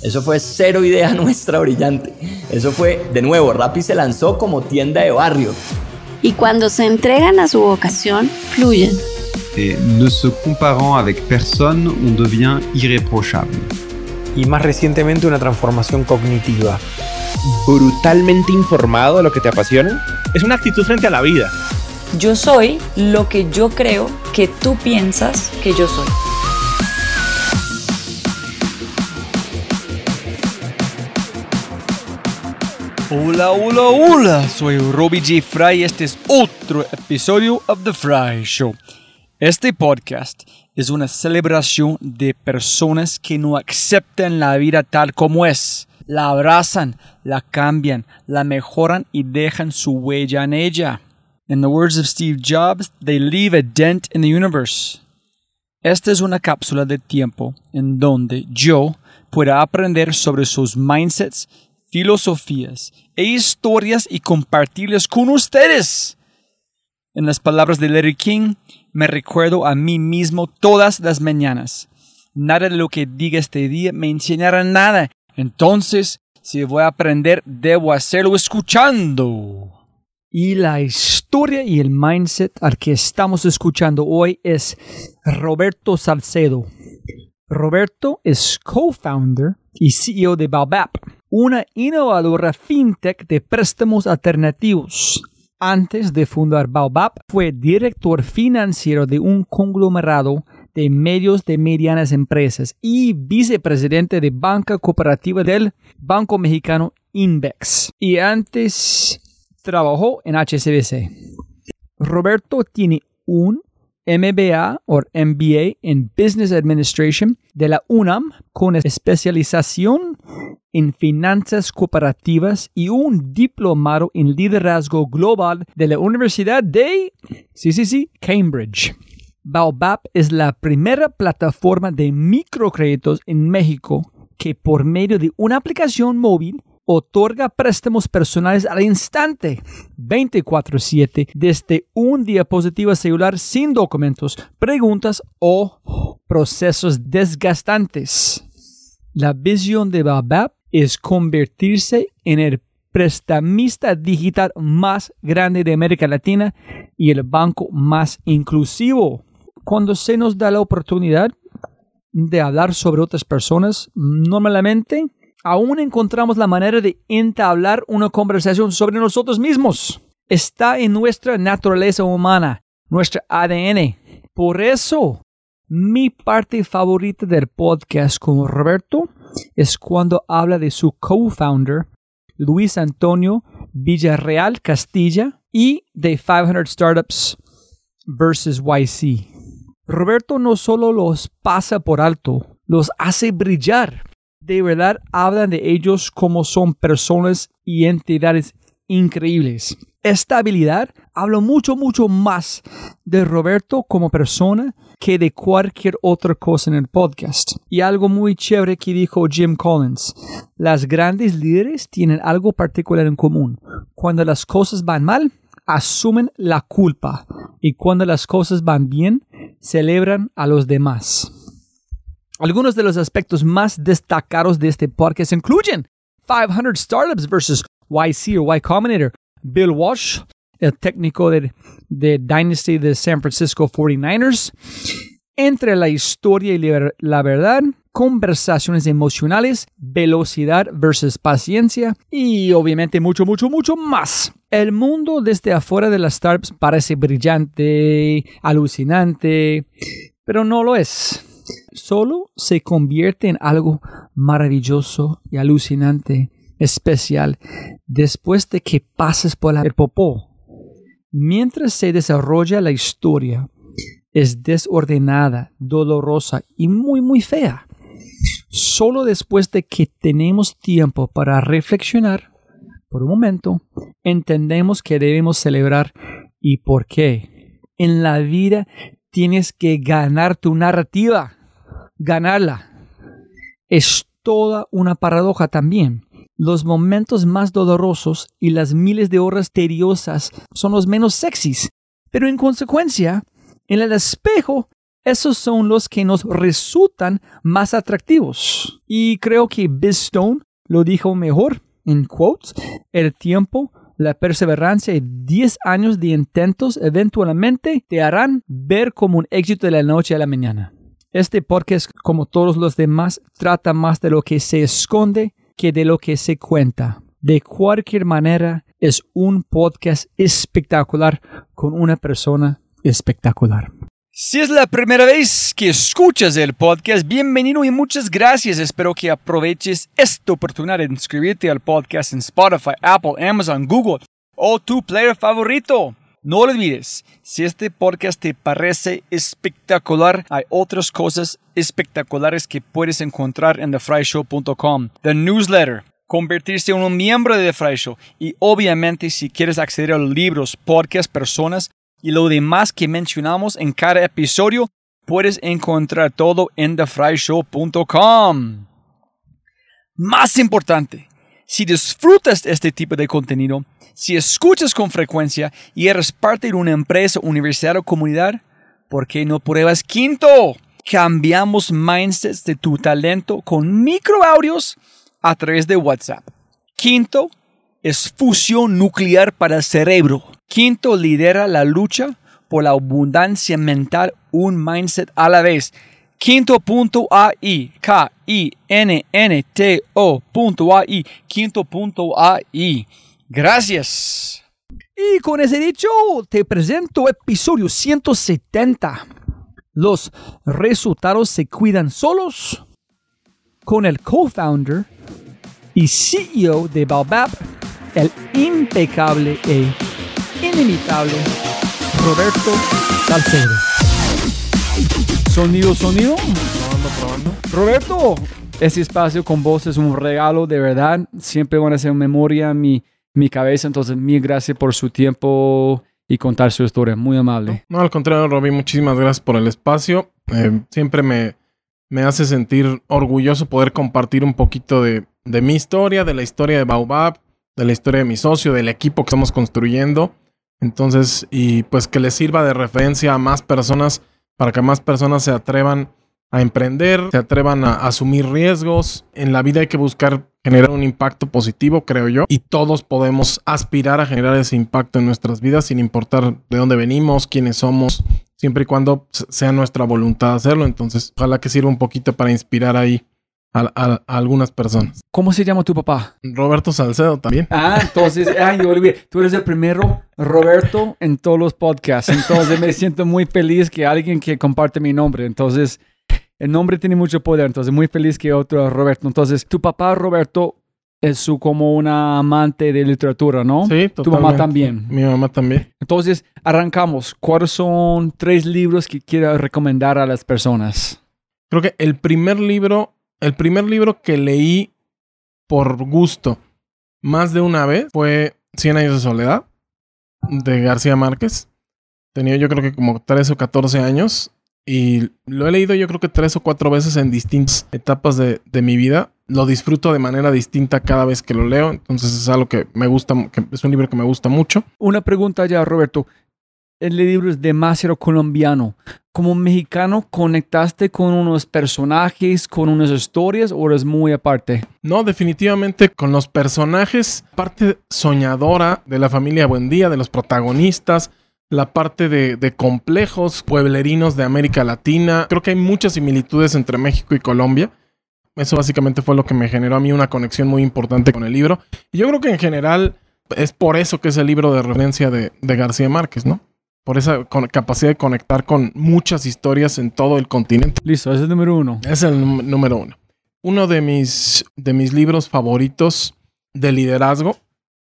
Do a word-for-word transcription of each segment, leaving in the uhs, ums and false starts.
Eso fue cero idea nuestra brillante. Eso fue, de nuevo, Rappi se lanzó como tienda de barrio. Y cuando se entregan a su vocación, fluyen. Et ne se comparant avec personne, on devient irréprochable. Y más recientemente una transformación cognitiva. Brutalmente informado de lo que te apasiona. Es una actitud frente a la vida. Yo soy lo que yo creo que tú piensas que yo soy. Hola, hola, hola, soy Robbie J. Fry y este es otro episodio of The Fry Show. Este podcast es una celebración de personas que no aceptan la vida tal como es. La abrazan, la cambian, la mejoran y dejan su huella en ella. In the words of Steve Jobs, they leave a dent in the universe. Esta es una cápsula de tiempo en donde yo pueda aprender sobre sus mindsets, filosofías e historias y compartirlas con ustedes. En las palabras de Larry King, me recuerdo a mí mismo todas las mañanas. Nada de lo que diga este día me enseñará nada. Entonces, si voy a aprender, debo hacerlo escuchando. Y la historia y el mindset al que estamos escuchando hoy es Roberto Salcedo. Roberto es co-founder y C E O de Baobab, una innovadora fintech de préstamos alternativos. Antes de fundar Baobab, fue director financiero de un conglomerado de medios de medianas empresas y vicepresidente de banca cooperativa del Banco Mexicano Invex. Y antes trabajó en H S B C. Roberto tiene un M B A o M B A en Business Administration de la UNAM con especialización en finanzas cooperativas y un diplomado en liderazgo global de la Universidad de, sí, sí, sí, Cambridge. Baobab es la primera plataforma de microcréditos en México que por medio de una aplicación móvil otorga préstamos personales al instante, veinticuatro siete, desde un dispositivo celular sin documentos, preguntas o procesos desgastantes. La visión de Baobab es convertirse en el prestamista digital más grande de América Latina y el banco más inclusivo. Cuando se nos da la oportunidad de hablar sobre otras personas, normalmente aún encontramos la manera de entablar una conversación sobre nosotros mismos. Está en nuestra naturaleza humana, nuestra A D N. Por eso, mi parte favorita del podcast con Roberto es cuando habla de su co-founder, Luis Antonio Villarreal Castilla, y de quinientas Startups versus Y C. Roberto no solo los pasa por alto, los hace brillar. De verdad hablan de ellos como son personas y entidades increíbles. Esta habilidad habla mucho, mucho más de Roberto como persona que de cualquier otra cosa en el podcast. Y algo muy chévere que dijo Jim Collins: las grandes líderes tienen algo particular en común. Cuando las cosas van mal, asumen la culpa. Y cuando las cosas van bien, celebran a los demás. Algunos de los aspectos más destacados de este podcast incluyen quinientas Startups versus Y C o Y Combinator, Bill Walsh, el técnico de, de Dynasty de San Francisco cuarenta y nueve ers, entre la historia y la verdad, conversaciones emocionales, velocidad versus paciencia y obviamente mucho, mucho, mucho más. El mundo desde afuera de las startups parece brillante, alucinante, pero no lo es. Solo se convierte en algo maravilloso y alucinante, especial, después de que pases por el popó. Mientras se desarrolla la historia, es desordenada, dolorosa y muy, muy fea. Solo después de que tenemos tiempo para reflexionar por un momento, entendemos que debemos celebrar y por qué. En la vida tienes que ganar tu narrativa, ganarla. Es toda una paradoja también. Los momentos más dolorosos y las miles de horas tediosas son los menos sexys, pero en consecuencia, en el espejo esos son los que nos resultan más atractivos. Y creo que Bizstone lo dijo mejor, en quotes, el tiempo, la perseverancia y diez años de intentos eventualmente te harán ver como un éxito de la noche a la mañana. Este podcast, como todos los demás, trata más de lo que se esconde que de lo que se cuenta. De cualquier manera, es un podcast espectacular con una persona espectacular. Si es la primera vez que escuchas el podcast, bienvenido y muchas gracias. Espero que aproveches esta oportunidad de inscribirte al podcast en Spotify, Apple, Amazon, Google o tu player favorito. No lo olvides, si este podcast te parece espectacular, hay otras cosas espectaculares que puedes encontrar en the fry show punto com. The newsletter, convertirse en un miembro de The Fry Show y obviamente si quieres acceder a los libros, podcasts, personas y lo demás que mencionamos en cada episodio, puedes encontrar todo en the fry show punto com. Más importante, si disfrutas este tipo de contenido, si escuchas con frecuencia y eres parte de una empresa, universidad o comunidad, ¿por qué no pruebas Quinto? Cambiamos mindsets de tu talento con microaudios a través de WhatsApp. Quinto es fusión nuclear para el cerebro. Quinto lidera la lucha por la abundancia mental, un mindset a la vez. Quinto punto A I, K I N N T O punto A I, Quinto punto A I. Gracias. Y con ese dicho, te presento episodio ciento setenta. Los resultados se cuidan solos, con el co-founder y C E O de Baobab, el impecable e inimitable Roberto Salcedo. Sonido, sonido. Probando, probando. Roberto, este espacio con vos es un regalo de verdad. Siempre van a hacer memoria en mi, mi cabeza. Entonces, mil gracias por su tiempo y contar su historia. Muy amable. No, al contrario, Robbie, muchísimas gracias por el espacio. Eh, siempre me, me hace sentir orgulloso poder compartir un poquito de, de mi historia, de la historia de Baobab, de la historia de mi socio, del equipo que estamos construyendo. Entonces, y pues que les sirva de referencia a más personas para que más personas se atrevan a emprender, se atrevan a asumir riesgos. En la vida hay que buscar generar un impacto positivo, creo yo, y todos podemos aspirar a generar ese impacto en nuestras vidas sin importar de dónde venimos, quiénes somos, siempre y cuando sea nuestra voluntad hacerlo. Entonces, ojalá que sirva un poquito para inspirar ahí A, a, a algunas personas. ¿Cómo se llama tu papá? Roberto Salcedo también. Ah, entonces, ay, yo olvidé. Tú eres el primero Roberto en todos los podcasts. Entonces me siento muy feliz que alguien que comparte mi nombre. Entonces, el nombre tiene mucho poder. Entonces, muy feliz que otro Roberto. Entonces, tu papá Roberto es su, como una amante de literatura, ¿no? Sí, totalmente. Tu mamá también. Mi mamá también. Entonces, arrancamos. ¿Cuáles son tres libros que quieras recomendar a las personas? Creo que el primer libro... El primer libro que leí por gusto más de una vez fue Cien años de soledad, de García Márquez. Tenía yo creo que como trece o catorce años y lo he leído yo creo que tres o cuatro veces en distintas etapas de, de mi vida. Lo disfruto de manera distinta cada vez que lo leo. Entonces es algo que me gusta, que es un libro que me gusta mucho. Una pregunta ya, Roberto. El libro es demasiado colombiano. ¿Como mexicano conectaste con unos personajes, con unas historias o eres muy aparte? No, definitivamente con los personajes, parte soñadora de la familia Buendía, de los protagonistas, la parte de, de complejos pueblerinos de América Latina. Creo que hay muchas similitudes entre México y Colombia. Eso básicamente fue lo que me generó a mí una conexión muy importante con el libro. Y yo creo que en general es por eso que es el libro de referencia de, de García Márquez, ¿no? Por esa con, capacidad de conectar con muchas historias en todo el continente. Listo, ese es el número uno. Es el num- número uno. Uno de mis, de mis libros favoritos de liderazgo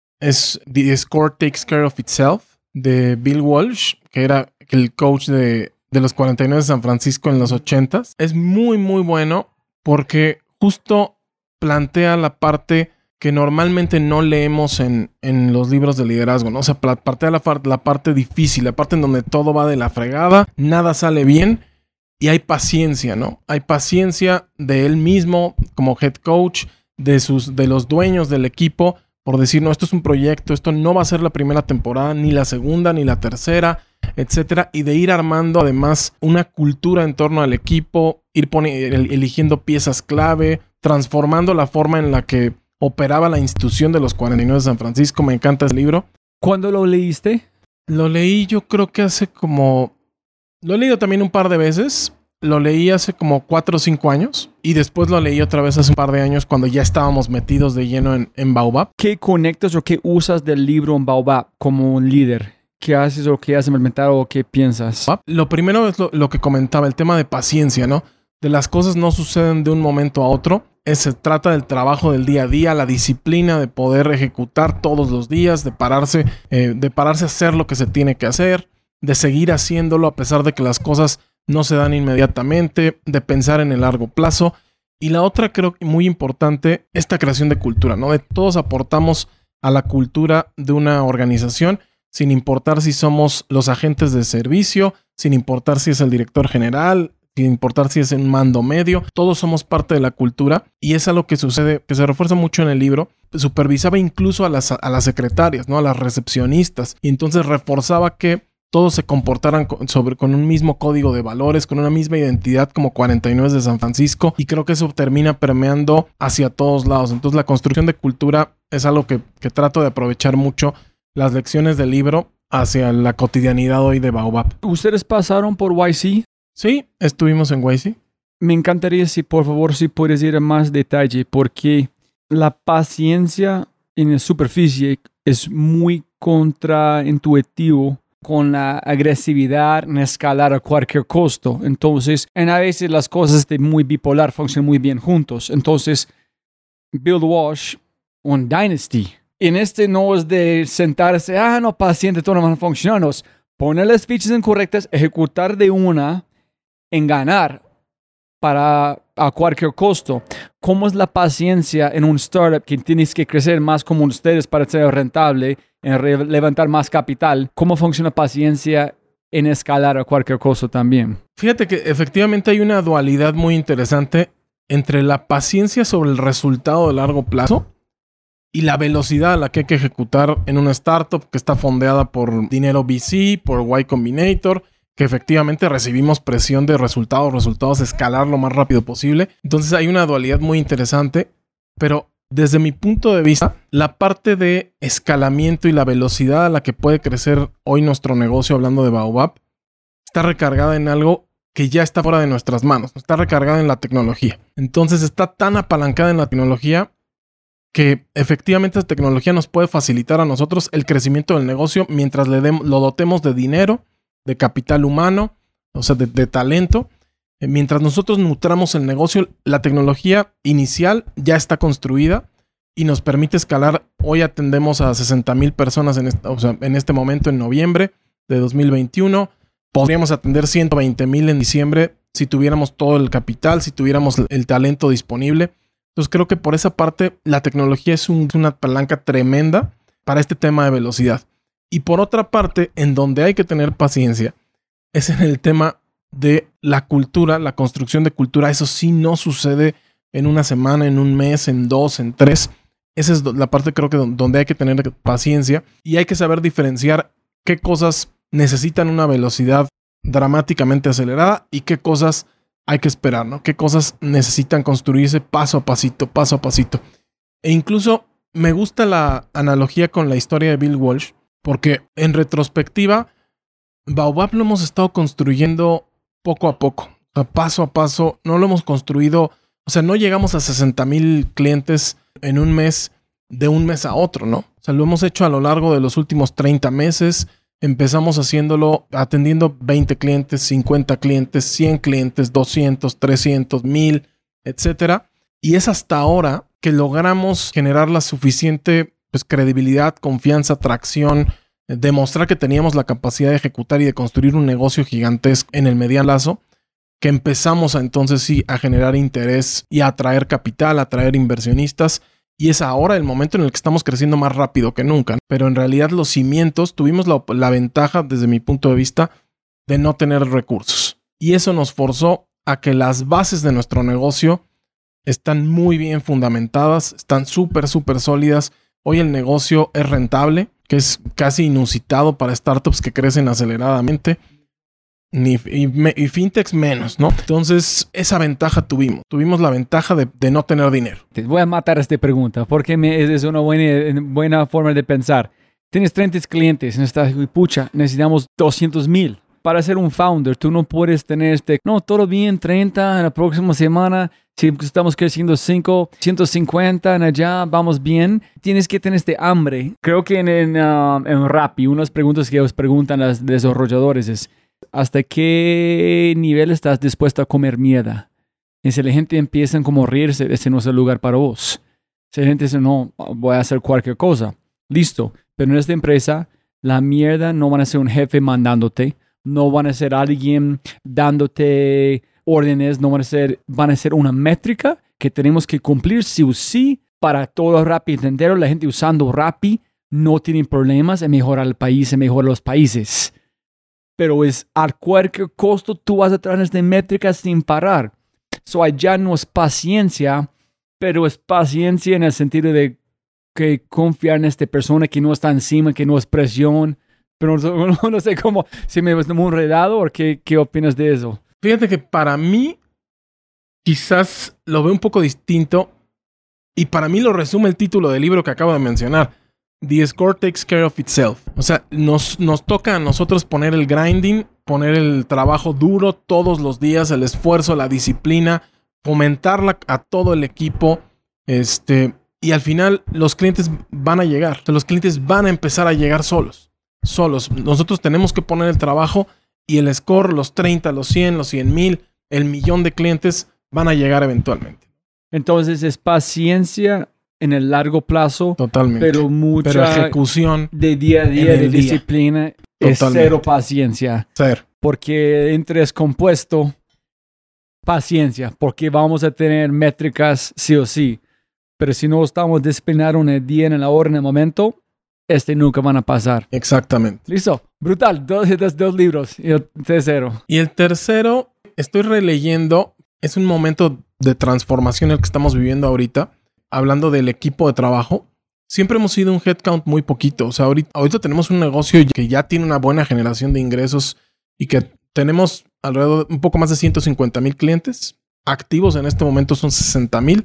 es The Score Takes Care of Itself, de Bill Walsh, que era el coach de, de los cuarenta y nueve de San Francisco en los ochentas. Es muy, muy bueno porque justo plantea la parte que normalmente no leemos en, en los libros de liderazgo, ¿no? O sea, plantea la, la parte difícil, la parte en donde todo va de la fregada, nada sale bien y hay paciencia, ¿no? Hay paciencia de él mismo como head coach, de, sus, de los dueños del equipo, por decir, no, esto es un proyecto, esto no va a ser la primera temporada, ni la segunda, ni la tercera. etcétera, y de ir armando además una cultura en torno al equipo, ir eligiendo piezas clave, transformando la forma en la que operaba la institución de los cuarenta y nueve de San Francisco. Me encanta ese libro. ¿Cuándo lo leíste? Lo leí yo creo que hace como... Lo he leído también un par de veces. Lo leí hace como cuatro o cinco años. Y después lo leí otra vez hace un par de años cuando ya estábamos metidos de lleno en, en Baobab. ¿Qué conectas o qué usas del libro en Baobab como un líder? ¿Qué haces o qué has implementado o qué piensas? Lo primero es lo, lo que comentaba, el tema de paciencia, ¿no? De las cosas no suceden de un momento a otro. Es, se trata del trabajo del día a día, la disciplina de poder ejecutar todos los días, de pararse, eh, de pararse a hacer lo que se tiene que hacer, de seguir haciéndolo a pesar de que las cosas no se dan inmediatamente, de pensar en el largo plazo. Y la otra, creo que muy importante, esta creación de cultura, ¿no? De todos aportamos a la cultura de una organización, sin importar si somos los agentes de servicio, sin importar si es el director general, sin importar si es un mando medio, todos somos parte de la cultura y es algo que sucede, que se refuerza mucho en el libro. Supervisaba incluso a las, a las secretarias, ¿no? A las recepcionistas, y entonces reforzaba que todos se comportaran con, sobre, con un mismo código de valores, con una misma identidad como cuarenta y nueve de San Francisco, y creo que eso termina permeando hacia todos lados. Entonces la construcción de cultura es algo que, que trato de aprovechar mucho las lecciones del libro hacia la cotidianidad hoy de Baobab. ¿Ustedes pasaron por Y C? Sí, estuvimos en Y C. Me encantaría si por favor si puedes ir a más detalle, porque la paciencia en la superficie es muy contraintuitivo con la agresividad en escalar a cualquier costo. Entonces, en a veces las cosas de muy bipolar funcionan muy bien juntos. Entonces, Bill Walsh, un Dynasty. En este no es de sentarse, ah, no, paciente, todo no va a funcionar. No, es poner las fichas incorrectas, ejecutar de una, en ganar para a cualquier costo. ¿Cómo es la paciencia en un startup que tienes que crecer más como ustedes para ser rentable, en re- levantar más capital? ¿Cómo funciona paciencia en escalar a cualquier costo también? Fíjate que efectivamente hay una dualidad muy interesante entre la paciencia sobre el resultado de largo plazo y la velocidad a la que hay que ejecutar en una startup que está fondeada por dinero V C, por Y Combinator, que efectivamente recibimos presión de resultados, resultados, escalar lo más rápido posible. Entonces hay una dualidad muy interesante, pero desde mi punto de vista, la parte de escalamiento y la velocidad a la que puede crecer hoy nuestro negocio, hablando de Baobab, está recargada en algo que ya está fuera de nuestras manos, está recargada en la tecnología. Entonces está tan apalancada en la tecnología que efectivamente esa tecnología nos puede facilitar a nosotros el crecimiento del negocio mientras le demos, lo dotemos de dinero, de capital humano, o sea, de, de talento. Eh, mientras nosotros nutramos el negocio, la tecnología inicial ya está construida y nos permite escalar. Hoy atendemos a sesenta mil personas en este, o sea, en este momento, en noviembre de dos mil veintiuno. Podríamos atender ciento veinte mil en diciembre si tuviéramos todo el capital, si tuviéramos el talento disponible. Entonces creo que por esa parte la tecnología es un, una palanca tremenda para este tema de velocidad. Y por otra parte, en donde hay que tener paciencia, es en el tema de la cultura, la construcción de cultura. Eso sí no sucede en una semana, en un mes, en dos, en tres. Esa es la parte, creo que donde hay que tener paciencia y hay que saber diferenciar qué cosas necesitan una velocidad dramáticamente acelerada y qué cosas hay que esperar, ¿no? Qué cosas necesitan construirse paso a pasito, paso a pasito. E incluso me gusta la analogía con la historia de Bill Walsh, porque en retrospectiva, Baobab lo hemos estado construyendo poco a poco, o sea, paso a paso. No lo hemos construido, o sea, no llegamos a sesenta mil clientes en un mes, de un mes a otro, ¿no? O sea, lo hemos hecho a lo largo de los últimos treinta meses. Empezamos haciéndolo, atendiendo veinte clientes, cincuenta clientes, cien clientes, doscientos, trescientos, mil, etcétera. Y es hasta ahora que logramos generar la suficiente pues, credibilidad, confianza, atracción, demostrar que teníamos la capacidad de ejecutar y de construir un negocio gigantesco en el mediano plazo, que empezamos a, entonces sí a generar interés y a atraer capital, a atraer inversionistas. Y es ahora el momento en el que estamos creciendo más rápido que nunca. Pero en realidad los cimientos, tuvimos la, la ventaja desde mi punto de vista de no tener recursos. Y eso nos forzó a que las bases de nuestro negocio están muy bien fundamentadas, están súper, súper sólidas. Hoy el negocio es rentable. que es casi inusitado para startups que crecen aceleradamente. Ni, y, me, y fintechs menos, ¿no? Entonces, esa ventaja tuvimos. Tuvimos la ventaja de, de no tener dinero. Te voy a matar esta pregunta porque me, es una buena, buena forma de pensar. Tienes treinta clientes en esta pucha, necesitamos doscientos mil. Para ser un founder, tú no puedes tener este, no, todo bien, treinta en la próxima semana. Si estamos creciendo cinco, ciento cincuenta en allá, vamos bien. Tienes que tener este hambre. Creo que en, en, uh, en Rappi, unas preguntas que os preguntan los desarrolladores es, ¿hasta qué nivel estás dispuesto a comer mierda? Y si la gente empieza como a reírse, ese no es el lugar para vos. Si la gente dice, no, voy a hacer cualquier cosa. Listo. Pero en esta empresa, la mierda no van a ser un jefe mandándote. No van a ser alguien dándote órdenes. No van a ser, van a ser una métrica que tenemos que cumplir sí o sí para todo Rappi entero. La gente usando Rappi no tienen problemas en mejorar el país, en mejorar los países. Pero es a cualquier costo tú vas a traer estas métricas sin parar. So allá no es paciencia, pero es paciencia en el sentido de que confiar en esta persona que no está encima, que no es presión. Pero no, no, no sé cómo, si me estoy muy enredado o qué, qué opinas de eso. Fíjate que para mí quizás lo veo un poco distinto y para mí lo resume el título del libro que acabo de mencionar. The score takes care of itself. O sea, nos, nos toca a nosotros poner el grinding, poner el trabajo duro todos los días, el esfuerzo, la disciplina, fomentarla a todo el equipo. Este, y al final los clientes van a llegar. O sea, los clientes van a empezar a llegar solos. Solos. Nosotros tenemos que poner el trabajo y el score, los treinta, los cien, los cien mil, el millón de clientes van a llegar eventualmente. Entonces es paciencia en el largo plazo. Totalmente. Pero mucha pero ejecución de día a día, de día. disciplina. Es cero paciencia. Cero. Porque entre es compuesto, paciencia. Porque vamos a tener métricas sí o sí. Pero si no estamos disciplinados en el día, en la hora, en el momento, este nunca van a pasar. Exactamente. Listo. Brutal. Dos, dos, dos libros. Y el tercero. Y el tercero, estoy releyendo. Es un momento de transformación el que estamos viviendo ahorita. Hablando del equipo de trabajo, siempre hemos sido un headcount muy poquito. O sea, ahorita, ahorita tenemos un negocio que ya tiene una buena generación de ingresos y que tenemos alrededor de un poco más de ciento cincuenta mil clientes. Activos en este momento son sesenta mil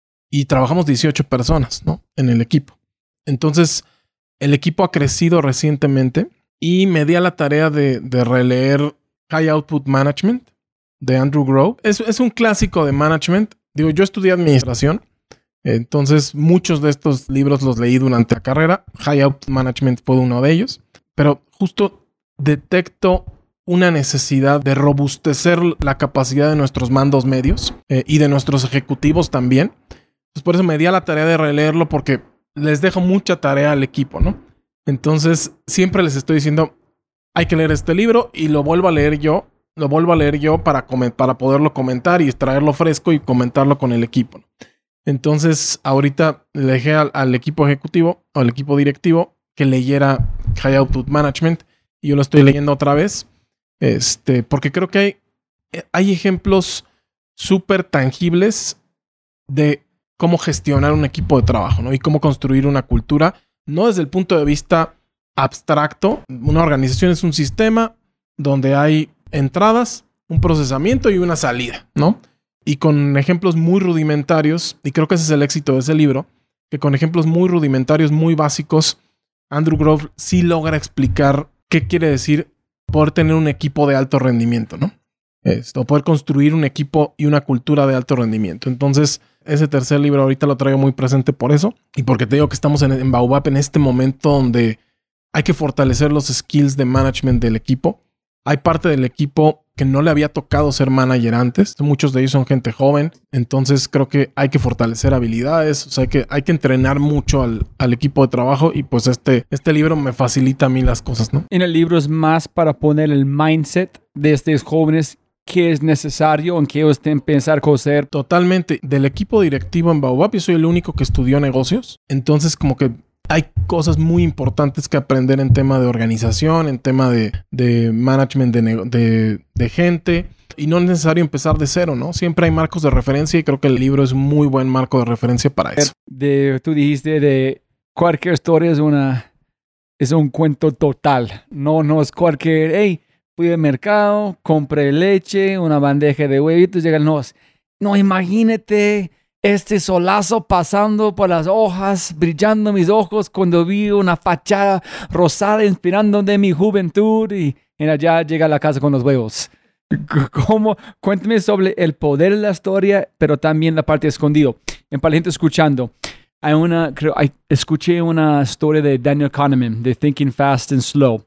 y trabajamos dieciocho personas, ¿no? En el equipo. Entonces, el equipo ha crecido recientemente y me di a la tarea de, de releer High Output Management de Andrew Grove. Es, es un clásico de management. Digo, yo estudié administración. Entonces, muchos de estos libros los leí durante la carrera. High Output Management fue uno de ellos. Pero justo detecto una necesidad de robustecer la capacidad de nuestros mandos medios eh, y de nuestros ejecutivos también. Entonces, por eso me di a la tarea de releerlo porque les dejo mucha tarea al equipo, ¿no? Entonces, siempre les estoy diciendo, hay que leer este libro y lo vuelvo a leer yo. Lo vuelvo a leer yo para, para poderlo comentar y extraerlo fresco y comentarlo con el equipo, ¿no? Entonces, ahorita le dejé al, al equipo ejecutivo o al equipo directivo que leyera High Output Management y yo lo estoy leyendo otra vez. Este, porque creo que hay, hay ejemplos súper tangibles de cómo gestionar un equipo de trabajo, ¿no? Y cómo construir una cultura, no desde el punto de vista abstracto. Una organización es un sistema donde hay entradas, un procesamiento y una salida, ¿no? Y con ejemplos muy rudimentarios, y creo que ese es el éxito de ese libro, que con ejemplos muy rudimentarios, muy básicos, Andrew Grove sí logra explicar qué quiere decir poder tener un equipo de alto rendimiento, ¿no? Esto, poder construir un equipo y una cultura de alto rendimiento. Entonces, ese tercer libro ahorita lo traigo muy presente por eso, y porque te digo que estamos en, en Baobab en este momento donde hay que fortalecer los skills de management del equipo. Hay parte del equipo que no le había tocado ser manager antes. Muchos de ellos son gente joven. Entonces creo que hay que fortalecer habilidades. O sea, que hay que entrenar mucho al, al equipo de trabajo. Y pues este, este libro me facilita a mí las cosas, ¿no? En el libro es más para poner el mindset de estos jóvenes que es necesario en que ellos tengan que pensar coser. Totalmente. Del equipo directivo en Baobab, yo soy el único que estudió negocios. Entonces como que hay cosas muy importantes que aprender en tema de organización, en tema de, de management de, de, de gente. Y no es necesario empezar de cero, ¿no? Siempre hay marcos de referencia y creo que el libro es un muy buen marco de referencia para eso. De, tú dijiste de cualquier historia es una, es un cuento total. No, no es cualquier, hey, fui al mercado, compré leche, una bandeja de huevitos, llegan los... No, imagínate este solazo pasando por las hojas, brillando mis ojos cuando vi una fachada rosada inspirando de mi juventud y en allá llega a la casa con los huevos. ¿Cómo? Cuéntame sobre el poder de la historia, pero también la parte escondida. En para la gente escuchando, hay una, creo, hay, escuché una historia de Daniel Kahneman, de Thinking Fast and Slow.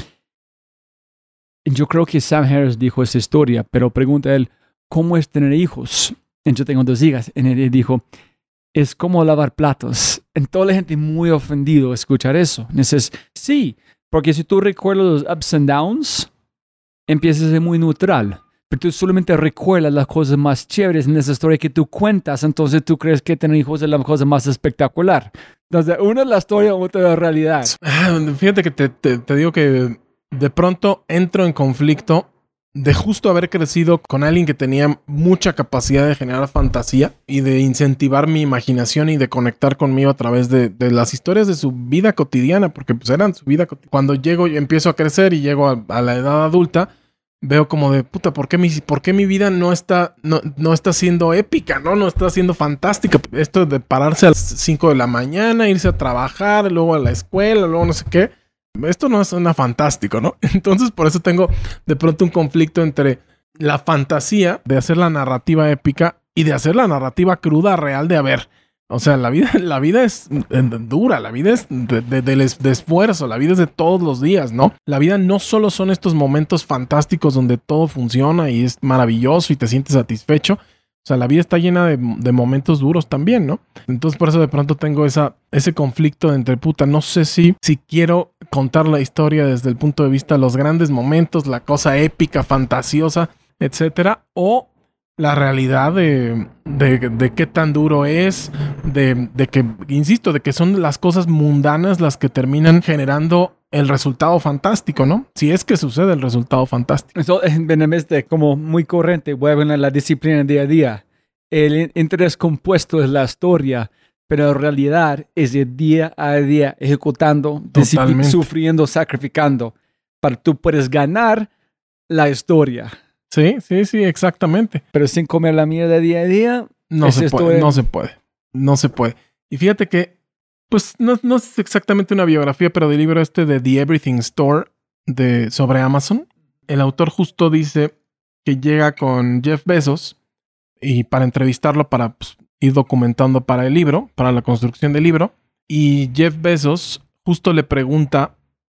Yo creo que Sam Harris dijo esa historia, pero pregunta a él, ¿cómo es tener hijos? Yo tengo dos hijas. Y él dijo, es como lavar platos. En toda la gente muy ofendido escuchar eso. Dices, sí, porque si tú recuerdas los ups and downs, empiezas a ser muy neutral. Pero tú solamente recuerdas las cosas más chéveres en esa historia que tú cuentas. Entonces tú crees que tener hijos es la cosa más espectacular. Entonces, una es la historia, otra es la realidad. Fíjate que te, te, te digo que de pronto entro en conflicto de justo haber crecido con alguien que tenía mucha capacidad de generar fantasía y de incentivar mi imaginación y de conectar conmigo a través de, de las historias de su vida cotidiana, porque pues eran su vida cotidiana. Cuando llego y empiezo a crecer y llego a, a la edad adulta, veo como de, puta, ¿por qué mi, por qué mi vida no está, no, no está siendo épica, ¿no? No está siendo fantástica. Esto de pararse a las cinco de la mañana, irse a trabajar, luego a la escuela, luego no sé qué. Esto no suena fantástico, ¿no? Entonces por eso tengo de pronto un conflicto entre la fantasía de hacer la narrativa épica y de hacer la narrativa cruda, real de, a ver, o sea, la vida, la vida es dura, la vida es de, de, de, de esfuerzo, la vida es de todos los días, ¿no? La vida no solo son estos momentos fantásticos donde todo funciona y es maravilloso y te sientes satisfecho. O sea, la vida está llena de, de momentos duros también, ¿no? Entonces, por eso de pronto tengo esa, ese conflicto entre, puta, no sé si, si quiero contar la historia desde el punto de vista de los grandes momentos, la cosa épica, fantasiosa, etcétera, o la realidad de, de, de qué tan duro es, de, de que, insisto, de que son las cosas mundanas las que terminan generando el resultado fantástico, ¿no? Si es que sucede el resultado fantástico. Eso en vez de como muy corriente, vuelven a la disciplina día a día. El interés compuesto es la historia, pero en realidad es el día a día ejecutando, sufriendo, sacrificando, para que tú puedas ganar la historia. Sí, sí, sí, exactamente. Pero sin comer la mierda día a día, no se puede, no se puede, no se puede. Y fíjate que pues no, no es exactamente una biografía, pero del libro este de The Everything Store de, sobre Amazon, el autor justo dice que llega con Jeff Bezos y para entrevistarlo, para pues, ir documentando para el libro, para la construcción del libro. Y Jeff Bezos justo le pregunta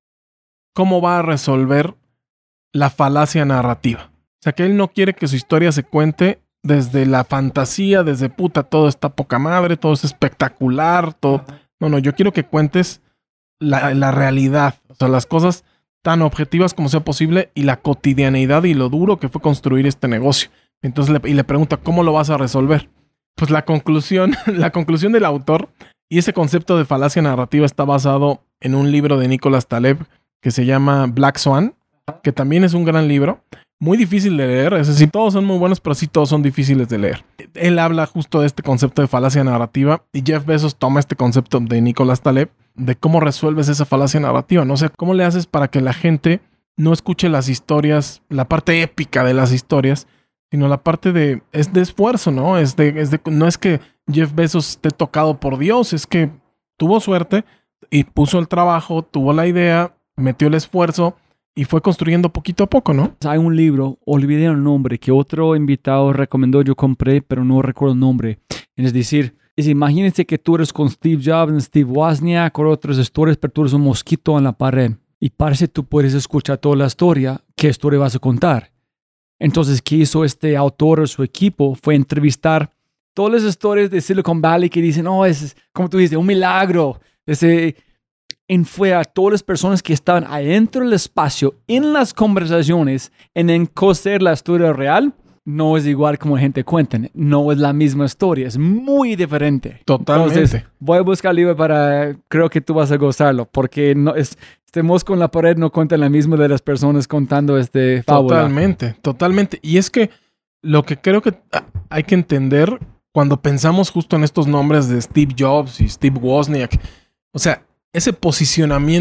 cómo va a resolver la falacia narrativa. O sea, que él no quiere que su historia se cuente desde la fantasía, desde puta, todo está poca madre, todo es espectacular, todo... No, no, yo quiero que cuentes la, la realidad, o sea, las cosas tan objetivas como sea posible y la cotidianeidad y lo duro que fue construir este negocio. Entonces, le, y le pregunta, ¿cómo lo vas a resolver? Pues la conclusión, la conclusión del autor y ese concepto de falacia narrativa está basado en un libro de Nicholas Taleb que se llama Black Swan, que también es un gran libro. Muy difícil de leer, es decir, todos son muy buenos, pero sí todos son difíciles de leer. Él habla justo de este concepto de falacia narrativa y Jeff Bezos toma este concepto de Nicholas Taleb de cómo resuelves esa falacia narrativa. No sé, cómo le haces para que la gente no escuche las historias, la parte épica de las historias, sino la parte de, es de esfuerzo, ¿no? Es de, es de, no es que Jeff Bezos esté tocado por Dios, es que tuvo suerte y puso el trabajo, tuvo la idea, metió el esfuerzo y fue construyendo poquito a poco, ¿no? Hay un libro, olvidé el nombre, que otro invitado recomendó, yo compré, pero no recuerdo el nombre. Es decir, es, imagínense que tú eres con Steve Jobs, Steve Wozniak, o otras historias, pero tú eres un mosquito en la pared. Y parece que tú puedes escuchar toda la historia. ¿Qué historia vas a contar? Entonces, ¿qué hizo este autor o su equipo? Fue entrevistar todas las historias de Silicon Valley que dicen, oh, es, como tú dices, un milagro. Ese... Y fue a todas las personas que estaban adentro del espacio, en las conversaciones, en encoser la historia real. No es igual como la gente cuenta. No es la misma historia. Es muy diferente. Totalmente. Entonces, voy a buscar el libro para... Creo que tú vas a gozarlo. Porque no es, este mosco en la pared no cuenta la misma de las personas contando este fábula. Totalmente, totalmente. Y es que lo que creo que hay que entender cuando pensamos justo en estos nombres de Steve Jobs y Steve Wozniak, o sea, ese posicionamiento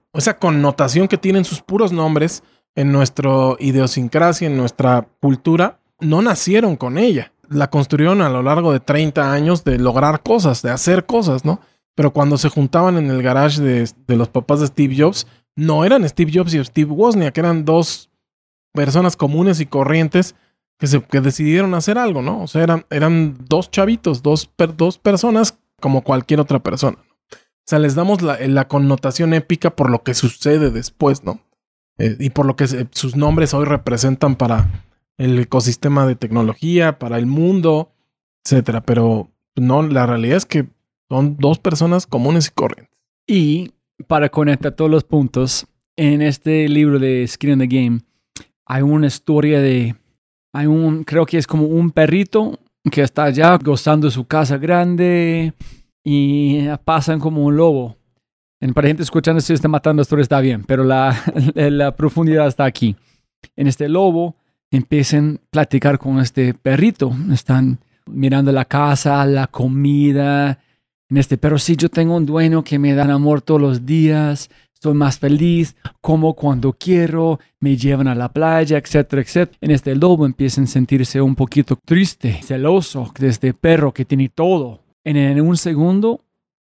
esa connotación que tienen sus puros nombres en nuestra idiosincrasia, en nuestra cultura, no nacieron con ella. La construyeron a lo largo de treinta años de lograr cosas, de hacer cosas, ¿no? Pero cuando se juntaban en el garage de, de los papás de Steve Jobs, no eran Steve Jobs y Steve Wozniak, eran dos personas comunes y corrientes que, se, que decidieron hacer algo, ¿no? O sea, eran, eran dos chavitos, dos, per, dos personas como cualquier otra persona. O sea, les damos la, la connotación épica por lo que sucede después, ¿no? Eh, y por lo que se, sus nombres hoy representan para el ecosistema de tecnología, para el mundo, etcétera. Pero no, la realidad es que son dos personas comunes y corrientes. Y para conectar todos los puntos, en este libro de Skin in the Game hay una historia de, hay un, creo que es como un perrito que está allá gozando de su casa grande y pasan como un lobo. En para gente escuchando, si está matando historia está bien, pero la, la, la profundidad está aquí. En este lobo empiezan a platicar con este perrito. Están mirando la casa, la comida. En este, pero sí, yo tengo un dueño que me da amor todos los días. Estoy más feliz, como cuando quiero, me llevan a la playa, etcétera, etcétera. En este lobo empiezan a sentirse un poquito triste, celoso de este perro que tiene todo. En, en un segundo,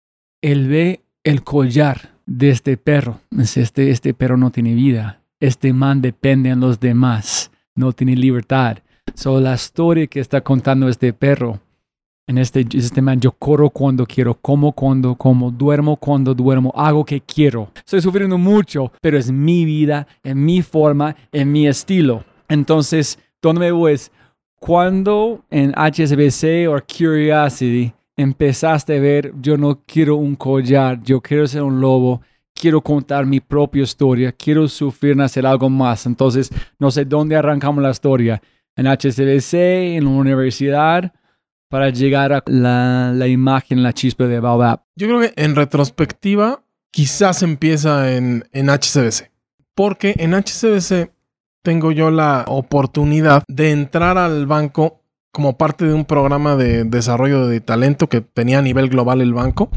él ve el collar de este perro. Este, este perro no tiene vida. Este man depende de los demás. No tiene libertad. So, la historia que está contando este perro, en este, este man, yo corro cuando quiero, como cuando como, duermo cuando duermo, hago que quiero. Estoy sufriendo mucho, pero es mi vida, en mi forma, en mi estilo. Entonces, ¿dónde me voy? Es cuando en H S B C o Curiosity empezaste a ver, yo no quiero un collar, yo quiero ser un lobo, quiero contar mi propia historia, quiero sufrir en hacer algo más. Entonces, no sé dónde arrancamos la historia. En H S B C, en la universidad, para llegar a la, la imagen, la chispa de Baobab. Yo creo que en retrospectiva, quizás empieza en, en H S B C. Porque en H S B C tengo yo la oportunidad de entrar al banco como parte de un programa de desarrollo de talento que tenía a nivel global el banco.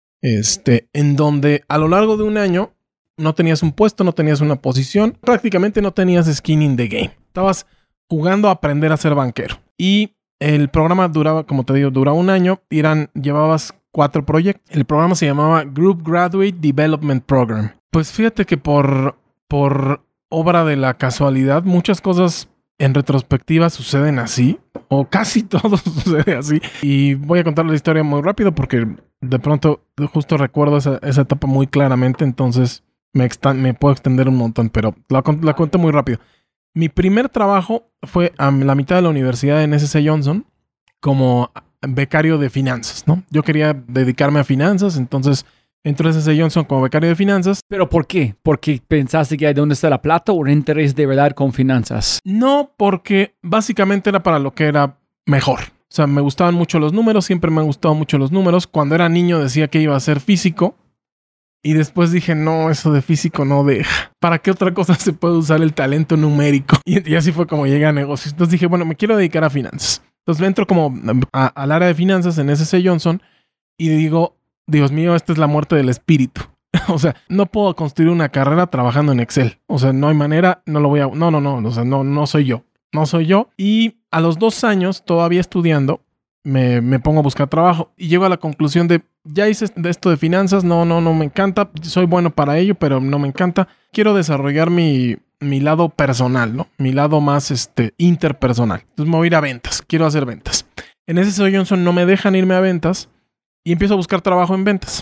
Este, en donde a lo largo de un año no tenías un puesto, no tenías una posición, prácticamente no tenías skin in the game. Estabas jugando a aprender a ser banquero. Y el programa duraba, como te digo, duraba un año y eran, llevabas cuatro proyectos. El programa se llamaba Group Graduate Development Program. Pues fíjate que por, por obra de la casualidad, muchas cosas en retrospectiva suceden así, o casi todo sucede así. Y voy a contar la historia muy rápido porque de pronto justo recuerdo esa, esa etapa muy claramente, entonces me, exta- me puedo extender un montón, pero la, la cuento muy rápido. Mi primer trabajo fue a la mitad de la universidad en S C Johnson como becario de finanzas, ¿no? Yo quería dedicarme a finanzas, entonces entro a S C Johnson como becario de finanzas. ¿Pero por qué? ¿Porque pensaste que hay dónde está la plata o un interés de verdad con finanzas? No, porque básicamente era para lo que era mejor. O sea, me gustaban mucho los números, siempre me han gustado mucho los números. Cuando era niño decía que iba a ser físico. Y después dije, no, eso de físico no deja. ¿Para qué otra cosa se puede usar el talento numérico? Y, y así fue como llegué a negocios. Entonces dije, bueno, me quiero dedicar a finanzas. Entonces entro como a, al área de finanzas en S C Johnson y digo, Dios mío, esta es la muerte del espíritu. O sea, no puedo construir una carrera trabajando en Excel. O sea, no hay manera, no lo voy a... No, no, no, o sea, no, no soy yo. No soy yo. Y a los dos años, todavía estudiando, me, me pongo a buscar trabajo y llego a la conclusión de, ya hice esto de finanzas, no, no, no me encanta, soy bueno para ello, pero no me encanta. Quiero desarrollar mi, mi lado personal, ¿no? Mi lado más este, interpersonal. Entonces me voy a ir a ventas, quiero hacer ventas. En S C Johnson no me dejan irme a ventas y empiezo a buscar trabajo en ventas.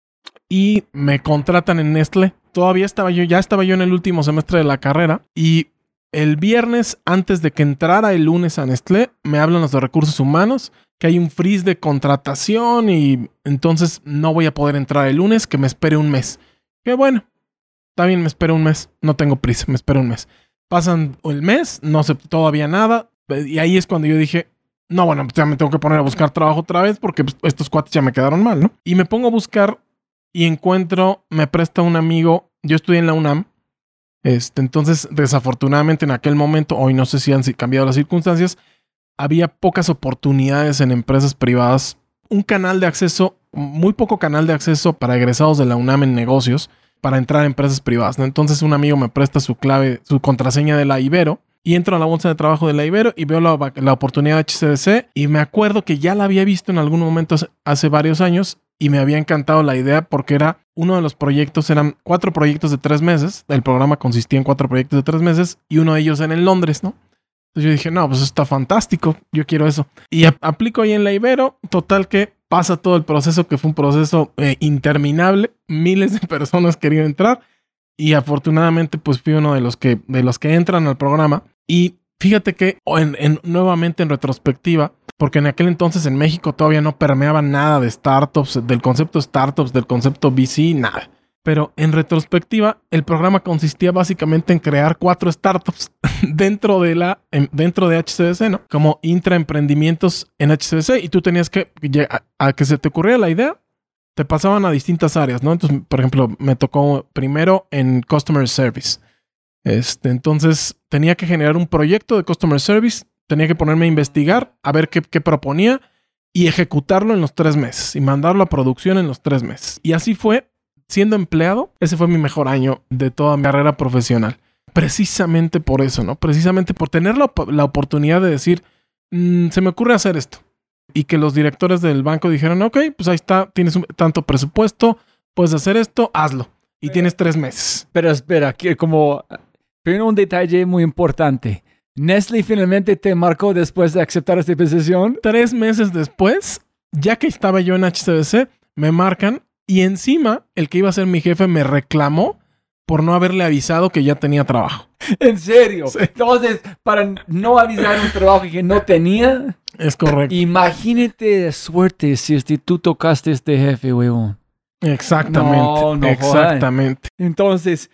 Y me contratan en Nestlé. Todavía estaba yo, ya estaba yo en el último semestre de la carrera y el viernes, antes de que entrara el lunes a Nestlé, me hablan los de recursos humanos que hay un freeze de contratación y entonces no voy a poder entrar el lunes, que me espere un mes. Que bueno, está bien, me espero un mes, no tengo prisa, me espero un mes. Pasan el mes, no sé todavía nada y ahí es cuando yo dije, no, bueno, pues ya me tengo que poner a buscar trabajo otra vez porque pues, estos cuates ya me quedaron mal, ¿no? Y me pongo a buscar y encuentro, me presta un amigo, yo estudié en la UNAM. Este, entonces, desafortunadamente en aquel momento, hoy no sé si han cambiado las circunstancias, había pocas oportunidades en empresas privadas. Un canal de acceso, muy poco canal de acceso para egresados de la UNAM en negocios. para entrar a empresas privadas, ¿no? Entonces un amigo me presta su clave, su contraseña de la Ibero y entro a la bolsa de trabajo de la Ibero y veo la, la oportunidad de H C B C y me acuerdo que ya la había visto en algún momento hace, hace varios años y me había encantado la idea porque era uno de los proyectos, eran cuatro proyectos de tres meses, el programa consistía en cuatro proyectos de tres meses y uno de ellos era en Londres, ¿no? Entonces yo dije, no, pues está fantástico, yo quiero eso. Y ap- aplico ahí en la Ibero, total que pasa todo el proceso, que fue un proceso eh, interminable, miles de personas querían entrar y afortunadamente pues fui uno de los que, de los que entran al programa. Y fíjate que en, en, nuevamente en retrospectiva, porque en aquel entonces en México todavía no permeaba nada de startups, del concepto startups, del concepto V C, nada. Pero en retrospectiva, el programa consistía básicamente en crear cuatro startups dentro de la en, dentro de H C B C, ¿no? Como intraemprendimientos en H C B C y tú tenías que, a, a que se te ocurriera la idea, te pasaban a distintas áreas, ¿no? Entonces, por ejemplo, me tocó primero en Customer Service. Este, entonces tenía que generar un proyecto de Customer Service, tenía que ponerme a investigar, a ver qué, qué proponía y ejecutarlo en los tres meses y mandarlo a producción en los tres meses. Y así fue, siendo empleado, ese fue mi mejor año de toda mi carrera profesional. Precisamente por eso, ¿no? Precisamente por tener la, la oportunidad de decir, mmm, se me ocurre hacer esto. Y que los directores del banco dijeron, ok, pues ahí está, tienes un, tanto presupuesto, puedes hacer esto, hazlo. Y pero, tienes tres meses. Pero espera, que como... Pero un detalle muy importante. ¿Nestlé finalmente te marcó después de aceptar esta posición? Tres meses después, ya que estaba yo en H C B C, me marcan y encima el que iba a ser mi jefe me reclamó por no haberle avisado que ya tenía trabajo. ¿En serio? Sí. Entonces, para no avisar un trabajo que no tenía... Es correcto. Imagínate de suerte si este, tú tocaste este jefe, huevón. Exactamente. No, no exactamente. Jodan. Entonces...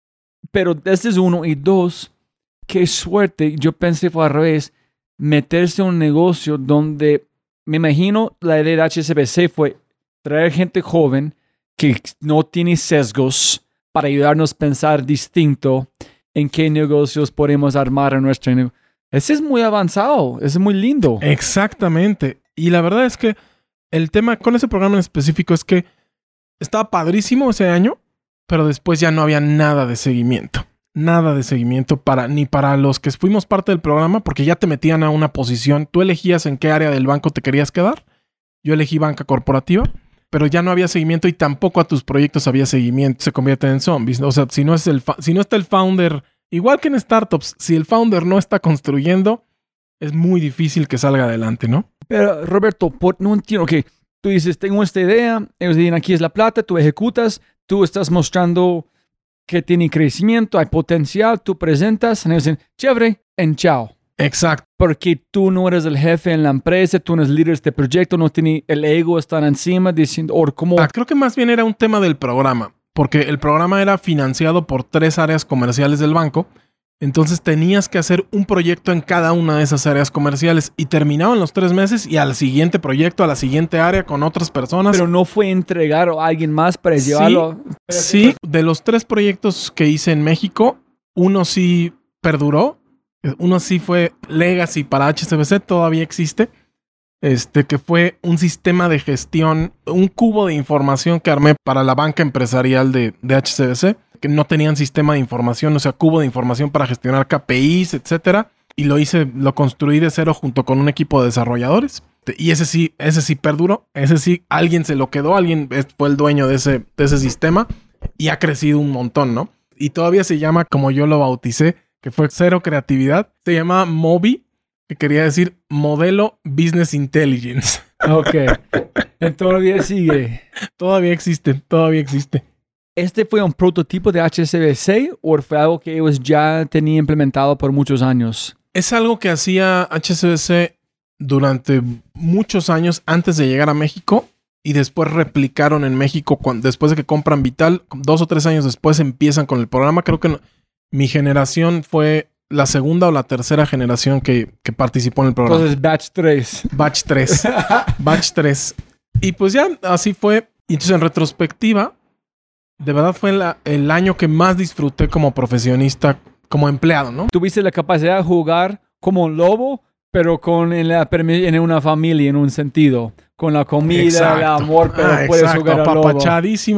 Pero este es uno. Y dos, qué suerte. Yo pensé fue al revés. Meterse en un negocio donde, me imagino, la idea de H C B C fue traer gente joven que no tiene sesgos para ayudarnos a pensar distinto en qué negocios podemos armar en nuestro negocio. Ese es muy avanzado. Ese es muy lindo. Exactamente. Y la verdad es que el tema con ese programa en específico es que estaba padrísimo ese año, pero después ya no había nada de seguimiento. Nada de seguimiento para, ni para los que fuimos parte del programa, porque ya te metían a una posición. Tú elegías en qué área del banco te querías quedar. Yo elegí banca corporativa, pero ya no había seguimiento y tampoco a tus proyectos había seguimiento. Se convierten en zombies. O sea, si no, es el, si no está el founder, igual que en startups, si el founder no está construyendo, es muy difícil que salga adelante, ¿no? Pero, Roberto, por, no entiendo que tú dices, tengo esta idea, ellos dicen, aquí es la plata, tú ejecutas. Tú estás mostrando que tiene crecimiento, hay potencial, tú presentas, y ellos dicen, chévere, en chao. Exacto. Porque tú no eres el jefe en la empresa, tú no eres líder de este proyecto, no tiene el ego, están encima diciendo, o como... Ah, creo que más bien era un tema del programa, porque el programa era financiado por tres áreas comerciales del banco, entonces tenías que hacer un proyecto en cada una de esas áreas comerciales y terminaban los tres meses y al siguiente proyecto, a la siguiente área con otras personas. Pero no fue entregar a alguien más para sí, llevarlo. Sí, de los tres proyectos que hice en México, uno sí perduró, uno sí fue legacy para H C B C, todavía existe, este que fue un sistema de gestión, un cubo de información que armé para la banca empresarial de, de H C B C. Que no tenían sistema de información, o sea, cubo de información para gestionar K P Is, etcétera. Y lo hice, lo construí de cero junto con un equipo de desarrolladores. Y ese sí, ese sí perduró. Ese sí, alguien se lo quedó, alguien fue el dueño de ese, de ese sistema y ha crecido un montón, ¿no? Y todavía se llama, como yo lo bauticé, que fue cero creatividad. Se llama MOBI, que quería decir Modelo Business Intelligence. Ok. Todavía sigue. Todavía existe, todavía existe. ¿Este fue un prototipo de H C B C o fue algo que ellos ya tenían implementado por muchos años? Es algo que hacía H C B C durante muchos años antes de llegar a México y después replicaron en México cuando, después de que compran Vital. Dos o tres años después empiezan con el programa. Creo que no, mi generación fue la segunda o la tercera generación que, que participó en el programa. Entonces, Batch tres. Batch tres. Batch tres. Y pues ya así fue. Y entonces en retrospectiva... De verdad fue la, el año que más disfruté como profesionista, como empleado, ¿no? Tuviste la capacidad de jugar como un lobo, pero con en, la, en una familia, en un sentido. Con la comida, exacto. El amor, pero ah, puedes exacto, jugar al lobo. Apapachadísimo,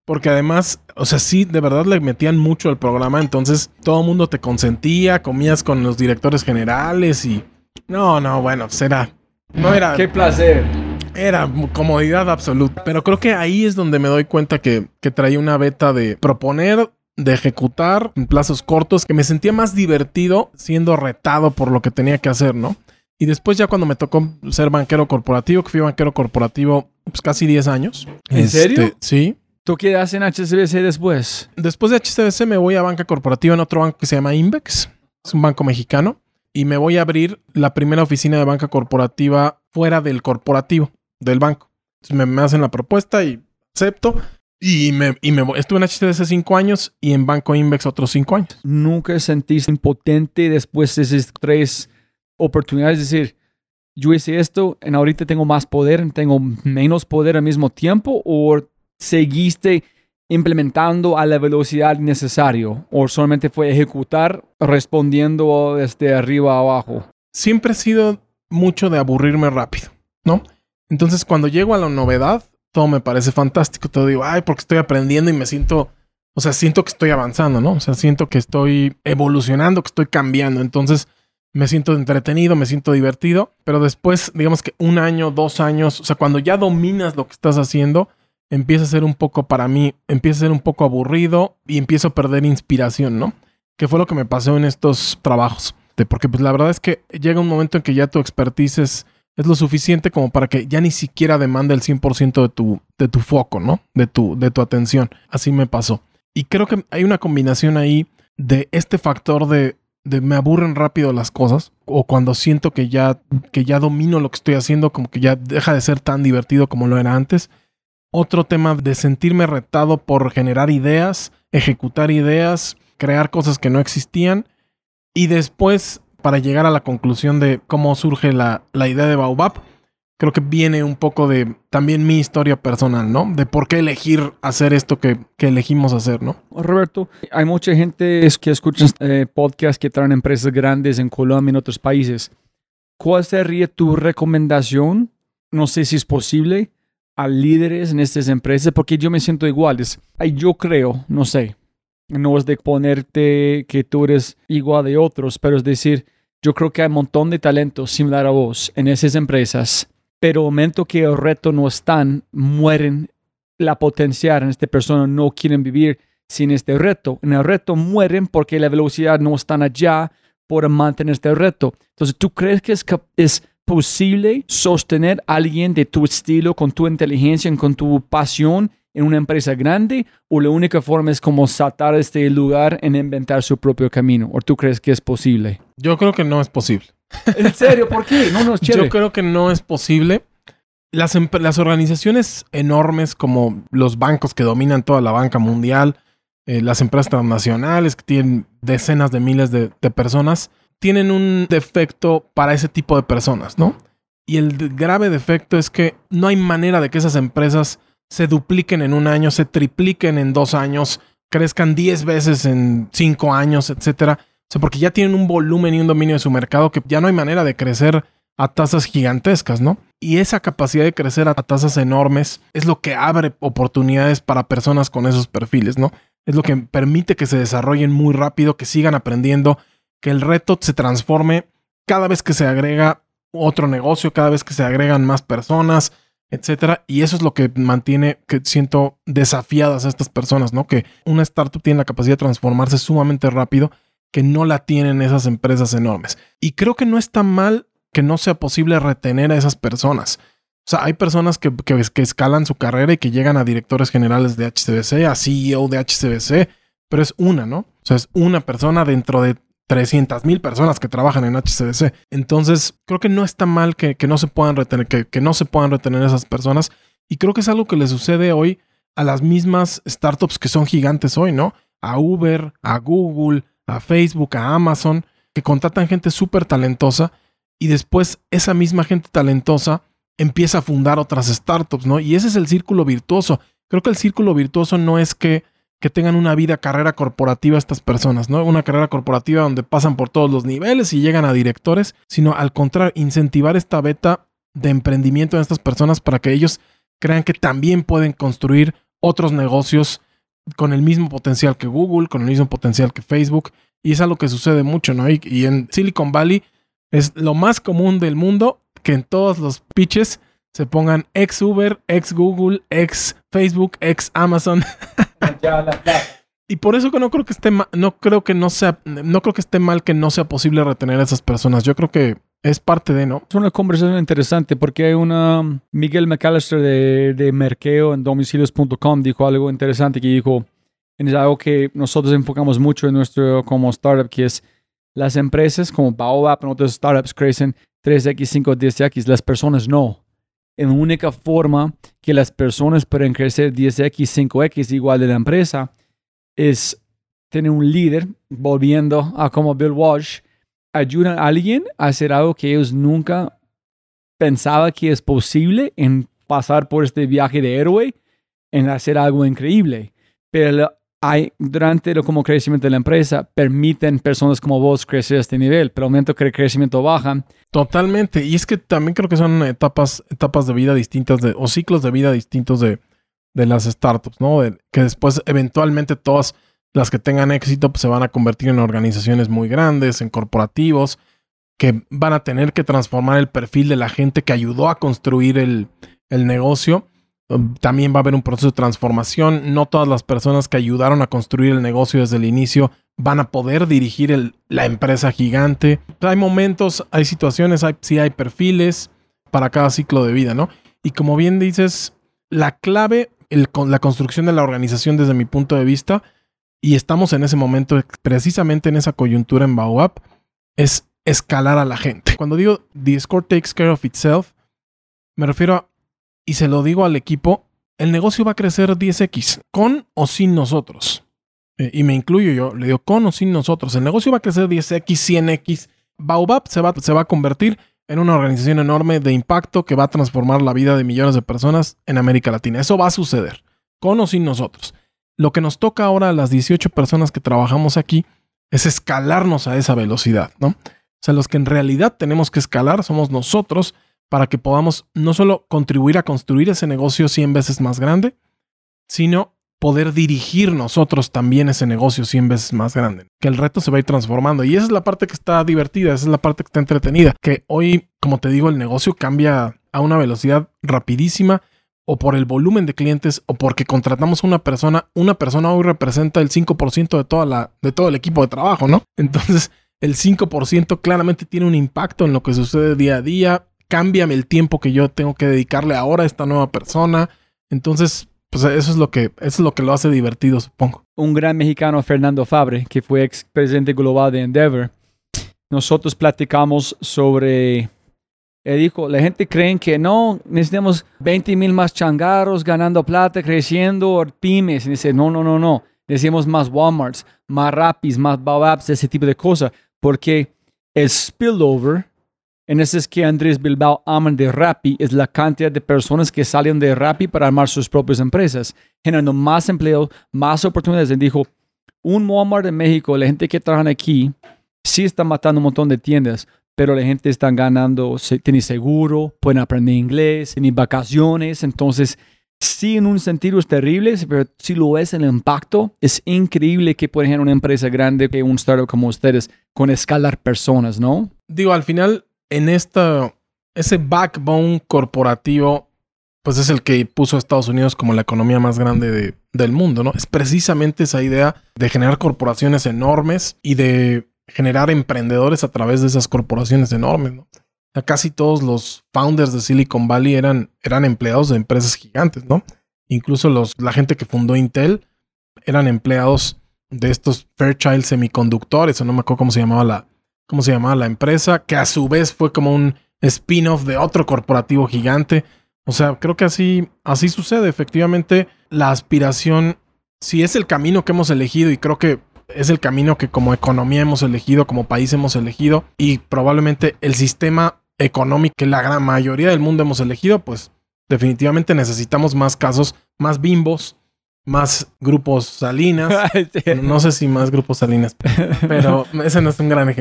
porque además, o sea, sí, de verdad le metían mucho al programa, entonces todo el mundo te consentía, comías con los directores generales y... No, no, bueno, pues era... No era... ¡Qué placer! Era comodidad absoluta. Pero creo que ahí es donde me doy cuenta que, que traía una beta de proponer, de ejecutar en plazos cortos, que me sentía más divertido siendo retado por lo que tenía que hacer, ¿no? Y después ya cuando me tocó ser banquero corporativo, que fui banquero corporativo pues casi diez años. ¿En este, serio? Sí. ¿Tú qué haces en H S B C después? Después de H S B C me voy a banca corporativa en otro banco que se llama Invex. Es un banco mexicano. Y me voy a abrir la primera oficina de banca corporativa fuera del corporativo, del banco. Entonces me, me hacen la propuesta y acepto. Y me, y me voy. Estuve en H S B C cinco años y en Banco Invex otros cinco años. ¿Nunca sentiste impotente después de esas tres oportunidades? Es decir, yo hice esto y ahorita tengo más poder, tengo menos poder al mismo tiempo, ¿o seguiste implementando a la velocidad necesaria o solamente fue ejecutar respondiendo desde arriba a abajo? Siempre he sido mucho de aburrirme rápido, ¿no? Entonces cuando llego a la novedad, todo me parece fantástico. Todo digo, ay, porque estoy aprendiendo y me siento, o sea, siento que estoy avanzando, ¿no? O sea, siento que estoy evolucionando, que estoy cambiando. Entonces me siento entretenido, me siento divertido, pero después, digamos que un año, dos años, o sea, cuando ya dominas lo que estás haciendo, empieza a ser un poco, para mí, empieza a ser un poco aburrido y empiezo a perder inspiración, ¿no? Que fue lo que me pasó en estos trabajos. Porque pues la verdad es que llega un momento en que ya tu expertise es, es lo suficiente como para que ya ni siquiera demanda el cien por ciento de tu, de tu foco, ¿no? De tu, de tu atención. Así me pasó. Y creo que hay una combinación ahí de este factor de, de me aburren rápido las cosas, o cuando siento que ya, que ya domino lo que estoy haciendo, como que ya deja de ser tan divertido como lo era antes. Otro tema de sentirme retado por generar ideas, ejecutar ideas, crear cosas que no existían. Y después, para llegar a la conclusión de cómo surge la, la idea de Baobab, creo que viene un poco de también mi historia personal, ¿no? De por qué elegir hacer esto que, que elegimos hacer, ¿no? Roberto, hay mucha gente que escucha eh, podcasts que traen empresas grandes en Colombia y en otros países. ¿Cuál sería tu recomendación? No sé si es posible, a líderes en estas empresas, porque yo me siento igual. Es, ay, yo creo, no sé, no es de ponerte que tú eres igual de otros, pero es decir, yo creo que hay un montón de talentos similar a vos en esas empresas, pero el momento que el reto no están, mueren la potencial en esta persona, no quieren vivir sin este reto. En el reto mueren porque la velocidad no está allá por mantener este reto. Entonces, ¿tú crees que es, es posible sostener a alguien de tu estilo, con tu inteligencia, con tu pasión en una empresa grande, o la única forma es como saltar este lugar en inventar su propio camino? ¿O tú crees que es posible? Yo creo que no es posible. ¿En serio? ¿Por qué? No, no es chévere. Yo creo que no es posible. Las, las organizaciones enormes como los bancos que dominan toda la banca mundial, eh, las empresas transnacionales que tienen decenas de miles de, de personas, tienen un defecto para ese tipo de personas, ¿no? Y el grave defecto es que no hay manera de que esas empresas se dupliquen en un año, se tripliquen en dos años, crezcan diez veces en cinco años, etcétera. O sea, porque ya tienen un volumen y un dominio de su mercado que ya no hay manera de crecer a tasas gigantescas, ¿no? Y esa capacidad de crecer a tasas enormes es lo que abre oportunidades para personas con esos perfiles, ¿no? Es lo que permite que se desarrollen muy rápido, que sigan aprendiendo, que el reto se transforme cada vez que se agrega otro negocio, cada vez que se agregan más personas, etcétera. Y eso es lo que mantiene, que siento desafiadas a estas personas, ¿no? Que una startup tiene la capacidad de transformarse sumamente rápido, que no la tienen esas empresas enormes. Y creo que no está mal que no sea posible retener a esas personas. O sea, hay personas que, que, que escalan su carrera y que llegan a directores generales de H S B C, a C E O de H S B C, pero es una, ¿no? O sea, es una persona dentro de trescientas mil personas que trabajan en H S B C. Entonces, creo que no está mal que, que no se puedan retener, que, que no se puedan retener esas personas. Y creo que es algo que le sucede hoy a las mismas startups que son gigantes hoy, ¿no? A Uber, a Google, a Facebook, a Amazon, que contratan gente súper talentosa y después esa misma gente talentosa empieza a fundar otras startups, ¿no? Y ese es el círculo virtuoso. Creo que el círculo virtuoso no es que, que tengan una vida, carrera corporativa estas personas, ¿no? Una carrera corporativa donde pasan por todos los niveles y llegan a directores, sino al contrario, incentivar esta beta de emprendimiento de estas personas para que ellos crean que también pueden construir otros negocios con el mismo potencial que Google, con el mismo potencial que Facebook. Y es algo que sucede mucho, ¿no? Y, y en Silicon Valley es lo más común del mundo que en todos los pitches se pongan ex Uber, ex Google, ex Facebook, ex Amazon. Y por eso que no creo que esté ma- no creo que no sea, no creo que esté mal que no sea posible retener a esas personas. Yo creo que es parte de, ¿no? Es una conversación interesante porque hay una... Miguel McAllister de, de Merkeo en domicilios punto com dijo algo interesante que dijo, es algo que nosotros enfocamos mucho en nuestro como startup, que es las empresas como Baobab y otras startups crecen tres equis, cinco, diez equis, las personas no. Y la única forma que las personas pueden crecer diez equis, cinco equis igual de la empresa es tener un líder, volviendo a como Bill Walsh, ayudan a alguien a hacer algo que ellos nunca pensaban que es posible, en pasar por este viaje de héroe, en hacer algo increíble. Pero hay, durante el como crecimiento de la empresa, permiten personas como vos crecer a este nivel, pero al momento que el crecimiento baja. Totalmente. Y es que también creo que son etapas, etapas de vida distintas de, o ciclos de vida distintos de, de las startups, ¿no? De, que después eventualmente todas las que tengan éxito pues, se van a convertir en organizaciones muy grandes, en corporativos, que van a tener que transformar el perfil de la gente que ayudó a construir el, el negocio. También va a haber un proceso de transformación. No todas las personas que ayudaron a construir el negocio desde el inicio van a poder dirigir el, la empresa gigante. Hay momentos, hay situaciones, hay, sí hay perfiles para cada ciclo de vida, ¿no? Y como bien dices, la clave, el, la construcción de la organización desde mi punto de vista, y estamos en ese momento, precisamente en esa coyuntura en Baobab, es escalar a la gente. Cuando digo the score takes care of itself, me refiero a, y se lo digo al equipo, el negocio va a crecer diez equis, con o sin nosotros. Eh, y me incluyo yo, le digo con o sin nosotros. El negocio va a crecer diez equis, cien equis. Baobab se va, se va a convertir en una organización enorme de impacto que va a transformar la vida de millones de personas en América Latina. Eso va a suceder, con o sin nosotros. Lo que nos toca ahora a las dieciocho personas que trabajamos aquí es escalarnos a esa velocidad, ¿no? O sea, los que en realidad tenemos que escalar somos nosotros, para que podamos no solo contribuir a construir ese negocio cien veces más grande, sino poder dirigir nosotros también ese negocio cien veces más grande. Que el reto se va a ir transformando. Y esa es la parte que está divertida, esa es la parte que está entretenida. Que hoy, como te digo, el negocio cambia a una velocidad rapidísima, o por el volumen de clientes, o porque contratamos a una persona. Una persona hoy representa el cinco por ciento de, toda la, de todo el equipo de trabajo, ¿no? Entonces, el cinco por ciento claramente tiene un impacto en lo que sucede día a día. Cámbiame el tiempo que yo tengo que dedicarle ahora a esta nueva persona. Entonces, pues eso es lo que, eso es lo que lo hace divertido, supongo. Un gran mexicano, Fernando Fabre, que fue ex presidente global de Endeavor, nosotros platicamos sobre... Él dijo, la gente cree que no, necesitamos veinte mil más changarros ganando plata, creciendo, pymes. Y dice, no, no, no, no. Necesitamos más Walmarts, más Rappis, más Baobabs, ese tipo de cosas. Porque el spillover... En ese es que Andrés Bilbao aman de Rappi, es la cantidad de personas que salen de Rappi para armar sus propias empresas, generando más empleo, más oportunidades. Él dijo, un Walmart en México, la gente que trabaja aquí, sí está matando un montón de tiendas, pero la gente está ganando, tiene seguro, pueden aprender inglés, tienen vacaciones. Entonces, sí, en un sentido es terrible, pero si lo es el impacto, es increíble que, por ejemplo, una empresa grande, que un startup como ustedes, con escalar personas, ¿no? Digo, al final... En esta, ese backbone corporativo, pues es el que puso a Estados Unidos como la economía más grande de, del mundo, ¿no? Es precisamente esa idea de generar corporaciones enormes y de generar emprendedores a través de esas corporaciones enormes, ¿no? O sea, casi todos los founders de Silicon Valley eran, eran empleados de empresas gigantes, ¿no? Incluso los, la gente que fundó Intel eran empleados de estos Fairchild Semiconductores, o no me acuerdo cómo se llamaba la... ¿Cómo se llamaba la empresa? Que a su vez fue como un spin-off de otro corporativo gigante. O sea, creo que así, así sucede. Efectivamente, la aspiración, si es el camino que hemos elegido, y creo que es el camino que como economía hemos elegido, como país hemos elegido, y probablemente el sistema económico que la gran mayoría del mundo hemos elegido, pues definitivamente necesitamos más casos, más Bimbos, más grupos Salinas. No sé si más grupos Salinas, pero ese no es un gran ejemplo.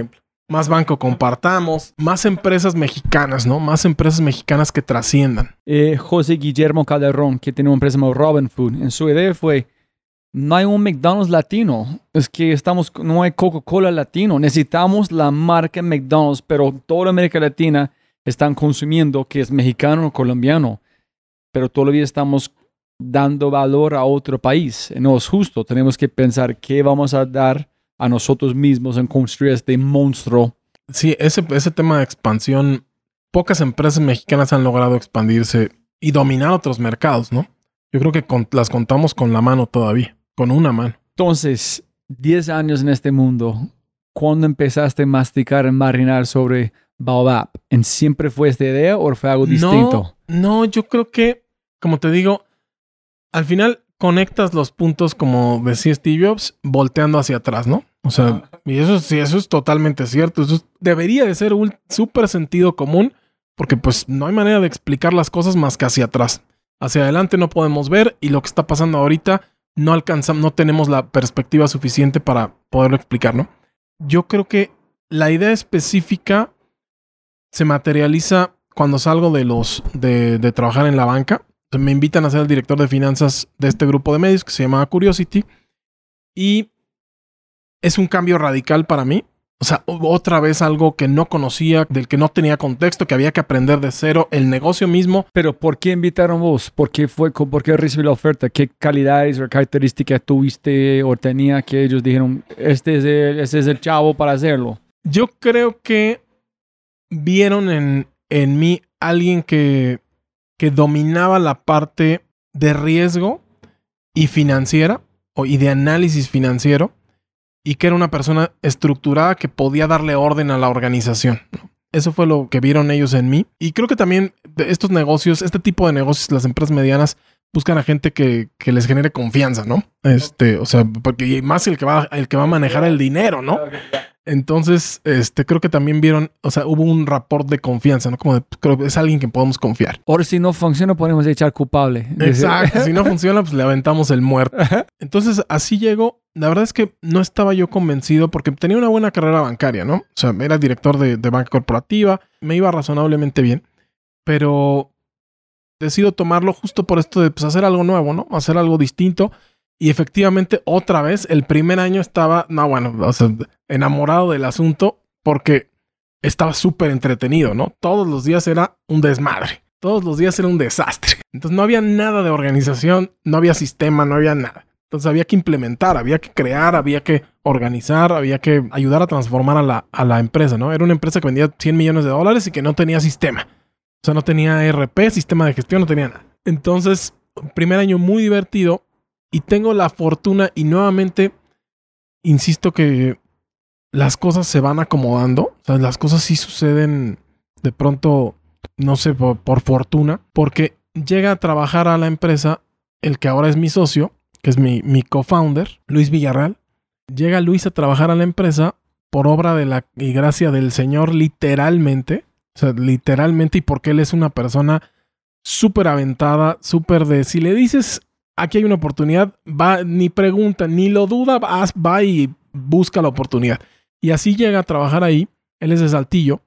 más banco compartamos, más empresas mexicanas, ¿no? Más empresas mexicanas que trasciendan. Eh, José Guillermo Calderón, que tiene una empresa llamada Robin Food, en su idea fue, no hay un McDonald's latino, es que estamos, no hay Coca-Cola latino, necesitamos la marca McDonald's, pero toda América Latina están consumiendo que es mexicano o colombiano, pero todavía estamos dando valor a otro país. No es justo, tenemos que pensar qué vamos a dar a nosotros mismos en construir este monstruo. Sí, ese, ese tema de expansión, pocas empresas mexicanas han logrado expandirse y dominar otros mercados, ¿no? Yo creo que con, las contamos con la mano todavía, con una mano. Entonces, diez años en este mundo, ¿cuándo empezaste a masticar y marinar sobre Baobab? ¿En siempre fue esta idea o fue algo distinto? No, no, yo creo que, como te digo, al final conectas los puntos, como decía Steve Jobs, volteando hacia atrás, ¿no? O sea, y eso sí, eso es totalmente cierto. Eso es, debería de ser un súper sentido común, porque pues no hay manera de explicar las cosas más que hacia atrás. Hacia adelante no podemos ver y lo que está pasando ahorita no alcanzamos, no tenemos la perspectiva suficiente para poderlo explicar, ¿no? Yo creo que la idea específica se materializa cuando salgo de los de, de trabajar en la banca. Me invitan a ser el director de finanzas de este grupo de medios que se llama Curiosity y es un cambio radical para mí. O sea, otra vez algo que no conocía, del que no tenía contexto, que había que aprender de cero, el negocio mismo. Pero ¿por qué invitaron vos? ¿Por qué fue, por qué recibí la oferta? ¿Qué calidades o características tuviste o tenía que ellos dijeron, este es el, este es el chavo para hacerlo? Yo creo que vieron en, en mí alguien que, que dominaba la parte de riesgo y financiera o, y de análisis financiero. Y que era una persona estructurada que podía darle orden a la organización, ¿no? Eso fue lo que vieron ellos en mí. Y creo que también de estos negocios, este tipo de negocios, las empresas medianas buscan a gente que, que les genere confianza, ¿no? Este, o sea, porque más el que va, el que va a manejar el dinero, ¿no? Entonces, este, creo que también vieron, o sea, hubo un rapport de confianza, ¿no? Como de, creo que es alguien que podemos confiar. Ahora, si no funciona, podemos echar culpable. Exacto. Si no funciona, pues le aventamos el muerto. Entonces, así llegó. La verdad es que no estaba yo convencido porque tenía una buena carrera bancaria, ¿no? O sea, era director de, de banca corporativa, me iba razonablemente bien, pero decido tomarlo justo por esto de pues, hacer algo nuevo, ¿no? Hacer algo distinto. Y efectivamente, otra vez, el primer año estaba, no, bueno, o sea, enamorado del asunto porque estaba súper entretenido, ¿no? Todos los días era un desmadre. Todos los días era un desastre. Entonces no había nada de organización, no había sistema, no había nada. Entonces había que implementar, había que crear, había que organizar, había que ayudar a transformar a la, a la empresa, ¿no? Era una empresa que vendía cien millones de dólares y que no tenía sistema. O sea, no tenía E R P, sistema de gestión, no tenía nada. Entonces, primer año muy divertido. Y tengo la fortuna y nuevamente insisto que las cosas se van acomodando. O sea, las cosas sí suceden de pronto, no sé, por, por fortuna. Porque llega a trabajar a la empresa el que ahora es mi socio, que es mi, mi co-founder, Luis Villarreal. Llega Luis a trabajar a la empresa por obra de la y gracia del Señor, literalmente. O sea, literalmente, y porque él es una persona súper aventada, súper de... Si le dices... Aquí hay una oportunidad, va, ni pregunta, ni lo duda, va, va y busca la oportunidad. Y así llega a trabajar ahí. Él es de Saltillo.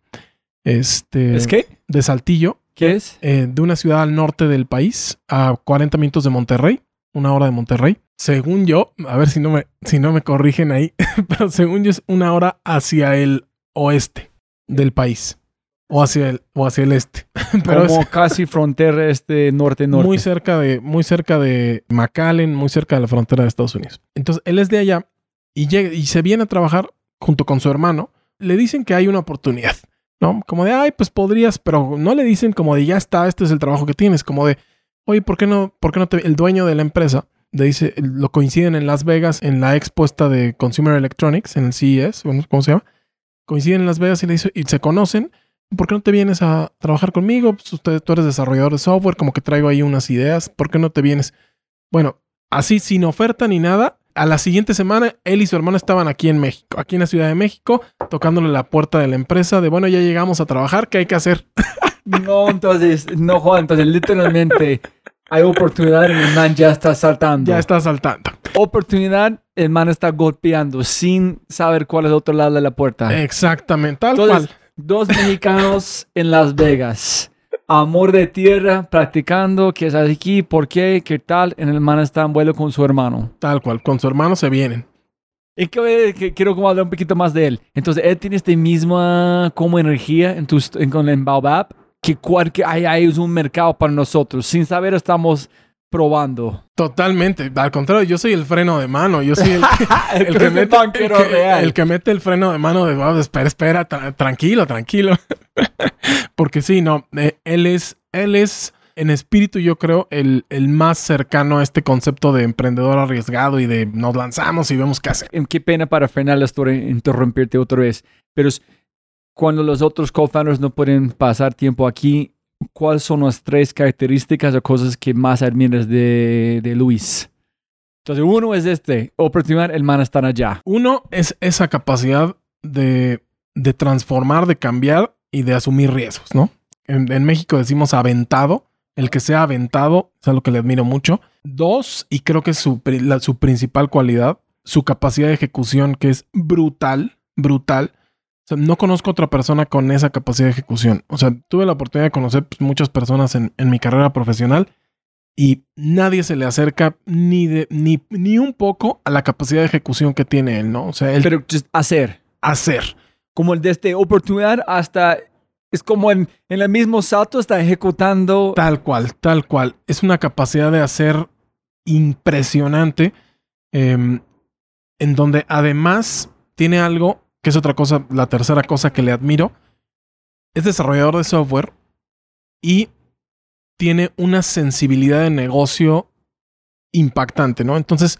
Este, ¿Es qué? De Saltillo. ¿Qué es? Eh, de una ciudad al norte del país, a cuarenta minutos de Monterrey, una hora de Monterrey. Según yo, a ver si no me, si no me corrigen ahí, pero según yo es una hora hacia el oeste del país. O hacia el, o hacia el este. Pero como es casi frontera este norte-norte. Muy cerca de, muy cerca de McAllen, muy cerca de la frontera de Estados Unidos. Entonces, él es de allá y, llega, y se viene a trabajar junto con su hermano. Le dicen que hay una oportunidad, ¿no? Como de, ay, pues podrías, pero no le dicen como de, ya está, este es el trabajo que tienes. Como de, oye, ¿por qué no, por qué no te... El dueño de la empresa le dice, lo coinciden en Las Vegas, en la expuesta de Consumer Electronics, en el C E S, ¿cómo se llama? Coinciden en Las Vegas y le dice, y se conocen. ¿Por qué no te vienes a trabajar conmigo? Pues usted, tú eres desarrollador de software, como que traigo ahí unas ideas. ¿Por qué no te vienes? Bueno, así sin oferta ni nada. A la siguiente semana, él y su hermano estaban aquí en México, aquí en la Ciudad de México, tocándole la puerta de la empresa de, bueno, ya llegamos a trabajar, ¿qué hay que hacer? No, entonces, no, Juan, entonces literalmente hay oportunidad y el man ya está saltando. Ya está saltando. Oportunidad el man está golpeando sin saber cuál es el otro lado de la puerta. Exactamente, tal Entonces, cual. Dos mexicanos en Las Vegas. Amor de tierra, practicando, qué es aquí, por qué, qué tal. En el man está en vuelo con su hermano. Tal cual, con su hermano se vienen. Y que, que, quiero como hablar un poquito más de él. Entonces, él tiene esta misma como energía en, tu, en, con el Baobab, que cualquier, hay, hay un mercado para nosotros. Sin saber, estamos probando. Totalmente. Al contrario, yo soy el freno de mano. Yo soy el que, el el que, mete, el, que, real. el que mete el freno de mano de Baobab. Espera, espera, tra- tranquilo, tranquilo. Porque sí, no, eh, él es, él es, en espíritu yo creo, el, el más cercano a este concepto de emprendedor arriesgado y de nos lanzamos y vemos qué hacer. Qué pena para frenar la historia, interrumpirte otra vez. Pero es, cuando los otros co-founders no pueden pasar tiempo aquí, ¿cuáles son las tres características o cosas que más admiras de, de Luis? Entonces, uno es este, oportunidad, el man está allá. Uno es esa capacidad de, de transformar, de cambiar y de asumir riesgos, ¿no? En, en México decimos aventado. El que sea aventado es algo que le admiro mucho. Dos, y creo que es su, la, su principal cualidad, su capacidad de ejecución, que es brutal, brutal. O sea, no conozco otra persona con esa capacidad de ejecución. O sea, tuve la oportunidad de conocer pues, muchas personas en, en mi carrera profesional y nadie se le acerca ni, de, ni, ni un poco a la capacidad de ejecución que tiene él, ¿no? O sea, él... Pero just hacer. Hacer. Como el de este oportunidad hasta... Es como en, en el mismo salto está ejecutando... Tal cual, tal cual. Es una capacidad de hacer impresionante eh, en donde además tiene algo... que es otra cosa, la tercera cosa que le admiro, es desarrollador de software y tiene una sensibilidad de negocio impactante, ¿no? Entonces,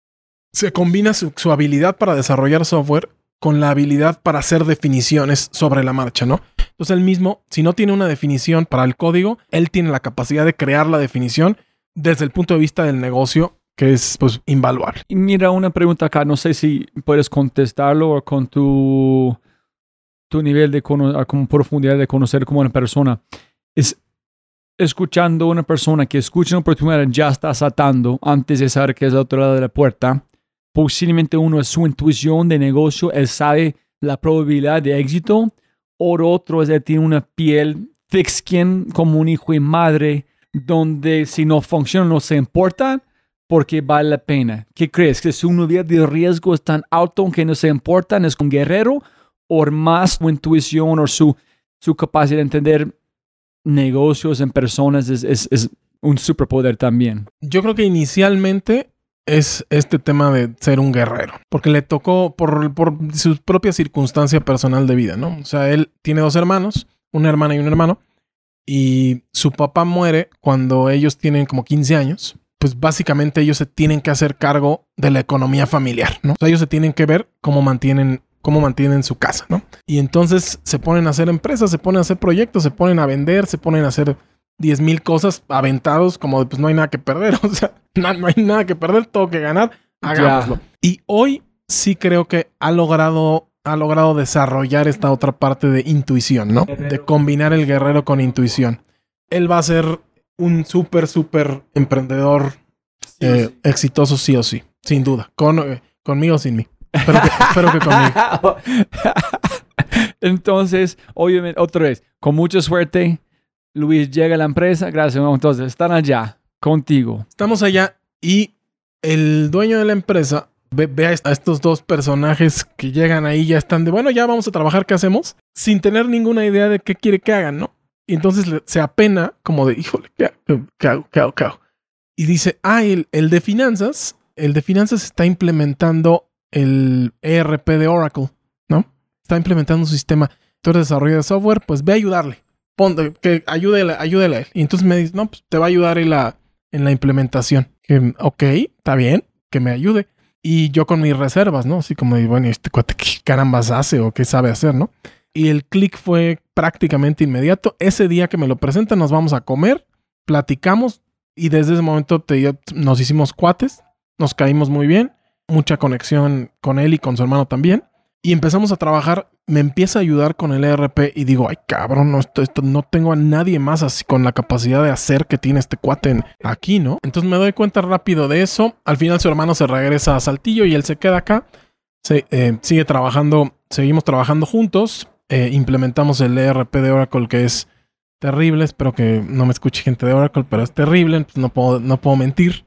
se combina su, su habilidad para desarrollar software con la habilidad para hacer definiciones sobre la marcha, ¿no? Entonces, él mismo, si no tiene una definición para el código, él tiene la capacidad de crear la definición desde el punto de vista del negocio, que es, pues, invaluable. Y mira, una pregunta acá, no sé si puedes contestarlo o con tu, tu nivel de cono- como profundidad de conocer como una persona. Es escuchando a una persona que escucha una oportunidad ya está saltando antes de saber que es del otro lado de la puerta. Posiblemente uno es su intuición de negocio, él sabe la probabilidad de éxito, o otro es él tiene una piel thick skin como un hijo y madre, donde si no funciona no se importa, porque vale la pena. ¿Qué crees? ¿Que su nivel de riesgo es tan alto que no se importa? ¿Es un guerrero? ¿O más su intuición o su, su capacidad de entender negocios en personas es, es, es un superpoder también? Yo creo que inicialmente es este tema de ser un guerrero. Porque le tocó por, por su propia circunstancia personal de vida, ¿no? O sea, él tiene dos hermanos, una hermana y un hermano. Y su papá muere cuando ellos tienen como quince años. Pues básicamente ellos se tienen que hacer cargo de la economía familiar, ¿no? O sea, ellos se tienen que ver cómo mantienen, cómo mantienen su casa, ¿no? Y entonces se ponen a hacer empresas, se ponen a hacer proyectos, se ponen a vender, se ponen a hacer diez mil cosas aventados como de, pues no hay nada que perder. O sea, no, no hay nada que perder, todo que ganar, hagámoslo. Ya. Y hoy sí creo que ha logrado, ha logrado desarrollar esta otra parte de intuición, ¿no? De combinar el guerrero con intuición. Él va a ser un súper, súper emprendedor sí, eh, sí. exitoso sí o sí, sin duda. Con, eh, conmigo o sin mí. Espero que, espero que conmigo. Entonces, obviamente, otra vez, con mucha suerte, Luis llega a la empresa. Gracias. Entonces, están allá contigo. Estamos allá y el dueño de la empresa ve, ve a estos dos personajes que llegan ahí, ya están de, bueno, ya vamos a trabajar, ¿qué hacemos? Sin tener ninguna idea de qué quiere que hagan, ¿no? Y entonces se apena como de, híjole, ¿qué hago? ¿Qué hago? ¿Qué hago? ¿Qué hago? Y dice, ah, el, el de finanzas, el de finanzas está implementando el E R P de Oracle, ¿no? Está implementando un sistema. Tú eres desarrollador de software, pues ve a ayudarle. Ponte, que ayúdele, ayúdele a él. Y entonces me dice, no, pues te va a ayudar en la, en la implementación. Que, ok, está bien, que me ayude. Y yo con mis reservas, ¿no? Así como, bueno, este cuate, ¿qué carambas hace o qué sabe hacer, no? Y el clic fue prácticamente inmediato. Ese día que me lo presentan, nos vamos a comer, platicamos y desde ese momento te, nos hicimos cuates, nos caímos muy bien, mucha conexión con él y con su hermano también. Y empezamos a trabajar, me empieza a ayudar con el E R P y digo, ay cabrón, no, esto, esto, no tengo a nadie más así con la capacidad de hacer que tiene este cuate en, aquí, ¿no? Entonces me doy cuenta rápido de eso. Al final su hermano se regresa a Saltillo y él se queda acá. Se, eh, sigue trabajando, seguimos trabajando juntos. Eh, implementamos el E R P de Oracle, que es terrible. Espero que no me escuche gente de Oracle, pero es terrible. Pues no puedo, no puedo mentir.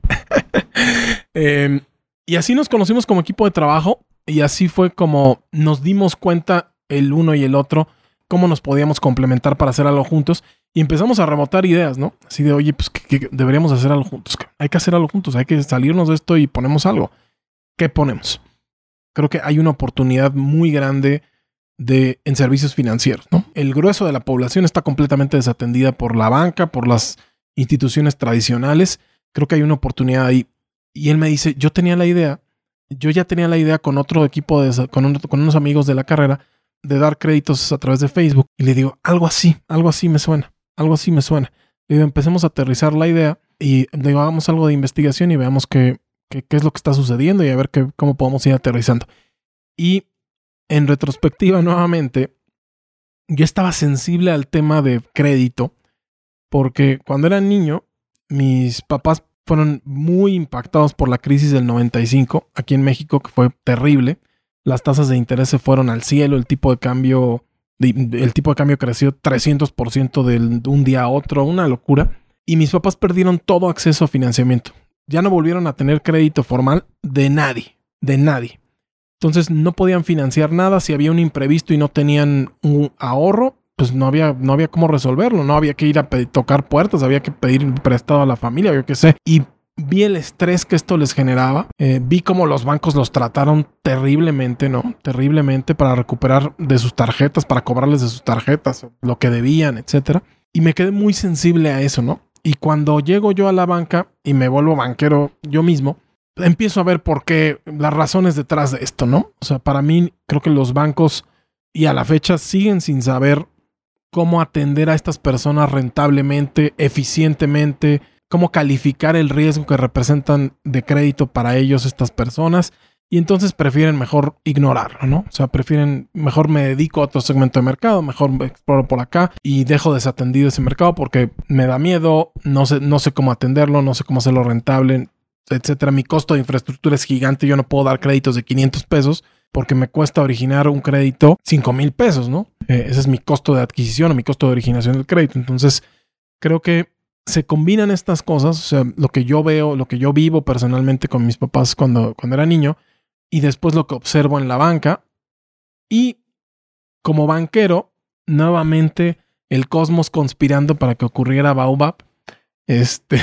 eh, y así nos conocimos como equipo de trabajo. Y así fue como nos dimos cuenta el uno y el otro, cómo nos podíamos complementar para hacer algo juntos. Y empezamos a rebotar ideas, ¿no? Así de, oye, pues que, que deberíamos hacer algo juntos. Hay que hacer algo juntos, hay que salirnos de esto y ponemos algo. ¿Qué ponemos? Creo que hay una oportunidad muy grande de, en servicios financieros, ¿no? El grueso de la población está completamente desatendida por la banca, por las instituciones tradicionales. Creo que hay una oportunidad ahí. Y él me dice, yo tenía la idea... Yo ya tenía la idea con otro equipo, de, con, un, con unos amigos de la carrera, de dar créditos a través de Facebook. Y le digo, algo así, algo así me suena, algo así me suena. Le digo, empecemos a aterrizar la idea y le digo, hagamos algo de investigación y veamos qué, qué, qué es lo que está sucediendo y a ver qué, cómo podemos ir aterrizando. Y en retrospectiva, nuevamente, yo estaba sensible al tema de crédito porque cuando era niño, mis papás fueron muy impactados por la crisis del noventa y cinco aquí en México, que fue terrible. Las tasas de interés se fueron al cielo, el tipo de cambio, el tipo de cambio creció trescientos por ciento de un día a otro, una locura. Y mis papás perdieron todo acceso a financiamiento. Ya no volvieron a tener crédito formal de nadie, de nadie. Entonces no podían financiar nada. Si había un imprevisto y no tenían un ahorro, pues no había, no había cómo resolverlo. No había que ir a pedir, tocar puertas, había que pedir prestado a la familia, yo qué sé. Y vi el estrés que esto les generaba. Eh, vi cómo los bancos los trataron terriblemente, ¿no? Terriblemente para recuperar de sus tarjetas, para cobrarles de sus tarjetas, lo que debían, etcétera. Y me quedé muy sensible a eso, ¿no? Y cuando llego yo a la banca y me vuelvo banquero yo mismo, empiezo a ver por qué, las razones detrás de esto, ¿no? O sea, para mí creo que los bancos y a la fecha siguen sin saber cómo atender a estas personas rentablemente, eficientemente, cómo calificar el riesgo que representan de crédito para ellos estas personas. Y entonces prefieren mejor ignorarlo, ¿no? O sea, prefieren, mejor me dedico a otro segmento de mercado, mejor me exploro por acá y dejo desatendido ese mercado porque me da miedo, no sé, no sé cómo atenderlo, no sé cómo hacerlo rentable, etcétera. Mi costo de infraestructura es gigante, yo no puedo dar créditos de quinientos pesos porque me cuesta originar un crédito cinco mil pesos, ¿no? Eh, ese es mi costo de adquisición o mi costo de originación del crédito. Entonces, creo que se combinan estas cosas, o sea, lo que yo veo, lo que yo vivo personalmente con mis papás cuando, cuando era niño, y después lo que observo en la banca. Y como banquero, nuevamente el cosmos conspirando para que ocurriera Baobab, este,